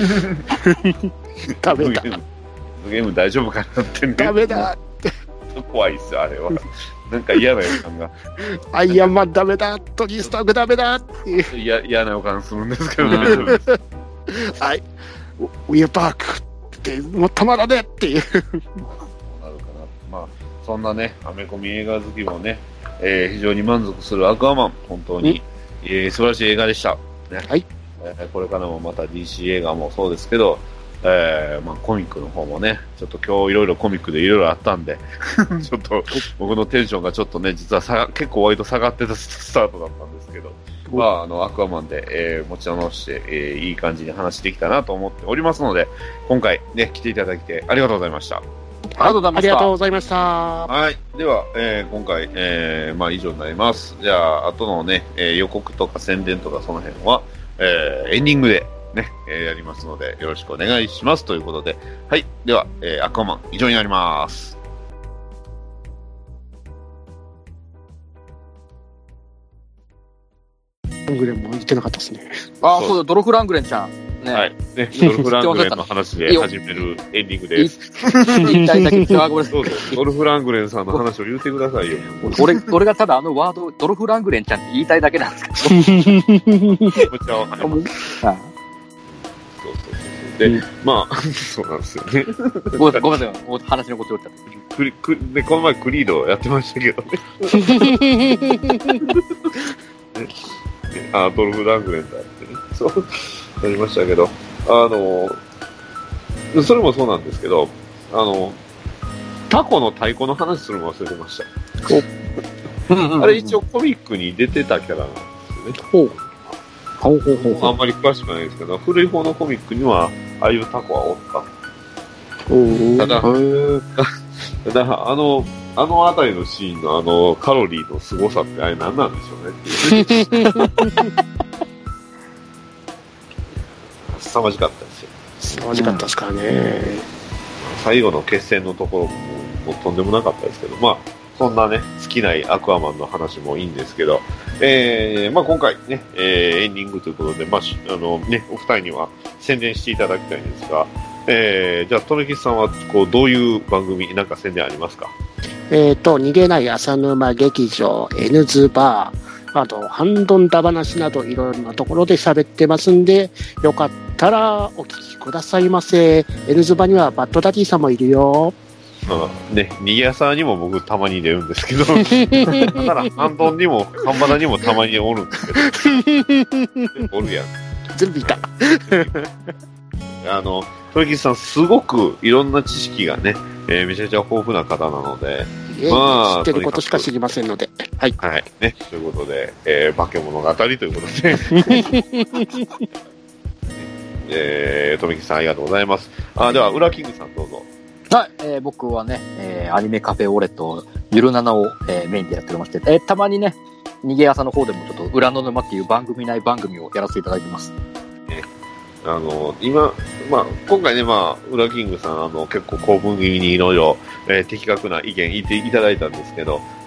ダメだ。エンドゲーム大丈夫かなってね。 ダメだって。 怖いっすよ、あれは。なんか嫌な予感が。 アイアンマンダメだ、トニー・スタークダメだっていう。 いや、嫌な予感するんですけど大丈夫です。 はい。ウィアバーク。もうたまらねっていうなるかな。 まあそんなねアメコミ映画好きもね、えー、非常に満足するアクアマン本当に、えー、素晴らしい映画でした、ね。はい。えー、これからもまた ディーシー 映画もそうですけど、えー、まあコミックの方もねちょっと今日いろいろコミックでいろいろあったんでちょっと僕のテンションがちょっとね実はさ結構割と下がってたスタートだったんですけど。まあ、あのアクアマンで、えー、持ち直して、えー、いい感じに話できたなと思っておりますので今回ね来ていただいてありがとうございました。 ありがとうございました。ありがとうございました。 はい。では、えー、今回、えー、まあ以上になります。じゃあ後のね、えー、予告とか宣伝とかその辺は、えー、エンディングでね、えー、やりますのでよろしくお願いしますということで、はい。では、えー、アクアマン以上になります。 ラングレンも言ってなかったですね。 ああ、そうだ、ドロフ・ラングレンちゃん。ね、 はい。ね、ドルフ・ラングレンの話で始めるエンディングです。 言いたいだけです。あ、ごめんなさい。 ドルフ・ラングレンさんの話を言ってくださいよ。 俺、俺がただあのワード、ドルフ・ラングレンちゃんって言いたいだけなんですけど。 めっちゃわかります。そうそうそう。で、うん、まあ、そうなんですよね。 ごめんなさい、ごめんなさい。もう話のこと言っちゃった。 クリクで、この前クリードやってましたけどね。あ、ドルフ・ラングレンだってね。そう、なりましたけど、あの、それもそうなんですけど、あの、タコの太鼓の話するの忘れてました。あれ一応コミックに出てたキャラなんですよね。ほう。ほうほうほうほう。あんまり詳しくないですけど、古い方のコミックには、ああいうタコはおった。ただ、ただ、あの、あのあたりのシーンのあのカロリーの凄さってあれ何なんでしょうねっていうね。凄まじかったですよ。 凄まじかったですからね。 最後の決戦のところも、もうとんでもなかったですけど、まあ、そんなね、好きなアクアマンの話もいいんですけど、えー、まあ今回ね、えー、エンディングということで、まあ、あのね、お二人には宣伝していただきたいんですが、えー、じゃあ、トレキスさんは、こう、どういう番組、なんか宣伝ありますか？ えっと、逃げない浅沼劇場、N ズバー、あと、ハンドンダ話など、いろいろなところで喋ってますんで、よかったらお聞きくださいませ。N ズバにはバッドダディさんもいるよ。 ああね、逃げ屋さんにも僕たまに出るんですけど、だからハンドンにもカンバダにもたまにおるんですけど、おるやん。 全部いた。 あの、トレキスさんすごくいろんな知識がね、えー、めちゃめちゃ豊富な方なので、 まあ、知ってることしか知りませんので、はい。 はい。ね、ということで、えー、化け物語ということで、えー、トメキさんありがとうございます。あ、では、ウラキングさんどうぞ。 はい、えー、僕はね、えー、アニメカフェオレとゆるななを、えー、メインでやっておりまして、えー、たまにね、逃げ朝の方でもちょっと裏の沼っていう番組内番組をやらせていただいてます。 ね、あの、今、まあ、今回ね、まあ、ウラキングさん、あの、結構興奮気味にいろいろ、えー、的確な意見言っていただいたんですけど、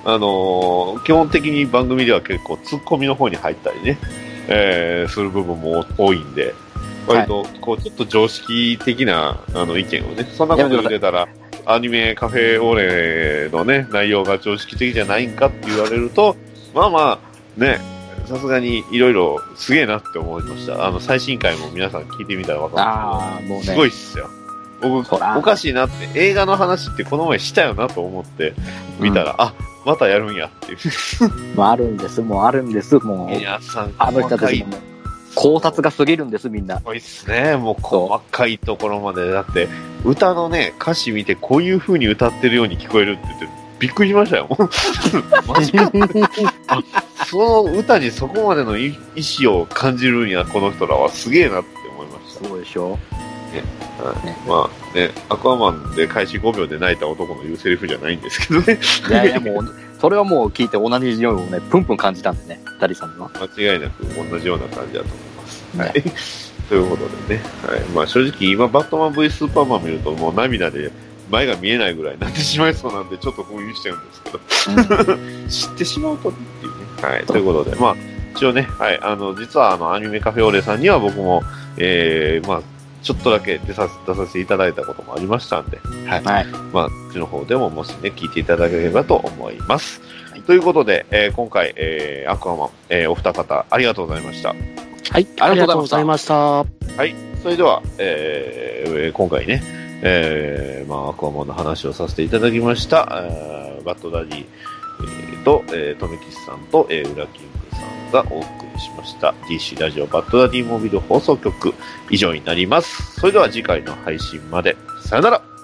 あのー、基本的に番組では結構ツッコミの方に入ったりね、えー、する部分も多いんで、割と、こう、ちょっと常識的な、あの、意見をね、そんなこと言ってたら、アニメカフェオレのね、内容が常識的じゃないんかって言われると、まあまあ、ね、さすがにいろいろすげえなって思いました。あの、最新回も皆さん聞いてみたらわかるんですけど、すごいっすよ。僕、おかしいなって、映画の話ってこの前したよなと思って見たら、うん、あ、またやるんやっていう。 まあ、あるんです、もうあるんです、もう。 皆さん、 あの人たちも。考察が過ぎるんです、みんな。 そうですね。もう細かいところまで。だって、歌のね、歌詞見てこういう風に歌ってるように聞こえるって言って、びっくりしましたよ。マジか。あ、その歌にそこまでの意思を感じるんや、この人らは。すげえなって思いました。 そうでしょ。 ね、はい、ね、まあね、アクアマンで開始ごびょうで泣いた男の言うセリフじゃないんですけどね。 いやいや、もう、それはもう聞いて同じようにね、プンプン感じたんでね、ダリさんには。 間違いなく同じような感じだと思います。はい。ということでね、はい。まあ正直今、バットマン ブイ スーパーマン見るともう涙で前が見えないぐらいになってしまいそうなんで、ちょっと封印してるんですけど、うん、知ってしまうとねっていうね。はい。ということで、まあ、一応ね、はい。あの、実はあの、アニメカフェオレさんには僕も、えー、まあ、ちょっとだけ出さ出させていただいたこともありましたんで、はい。はい、まあ、うちの方でももしね、聞いていただければと思います。はい、ということで、えー、今回、えー、アクアマン、えー、お二方、ありがとうございました。 はい、ありがとうございました。はい、それでは、えー、今回ね、えー、まあ、アクアマンの話をさせていただきました、えー、バッドダディ、えー、と、えー、とめきちさんと、えー、ウラキングさんがお送りしました ディーシー ラジオバッドダディモビル放送局以上になります。それでは次回の配信まで。さよなら。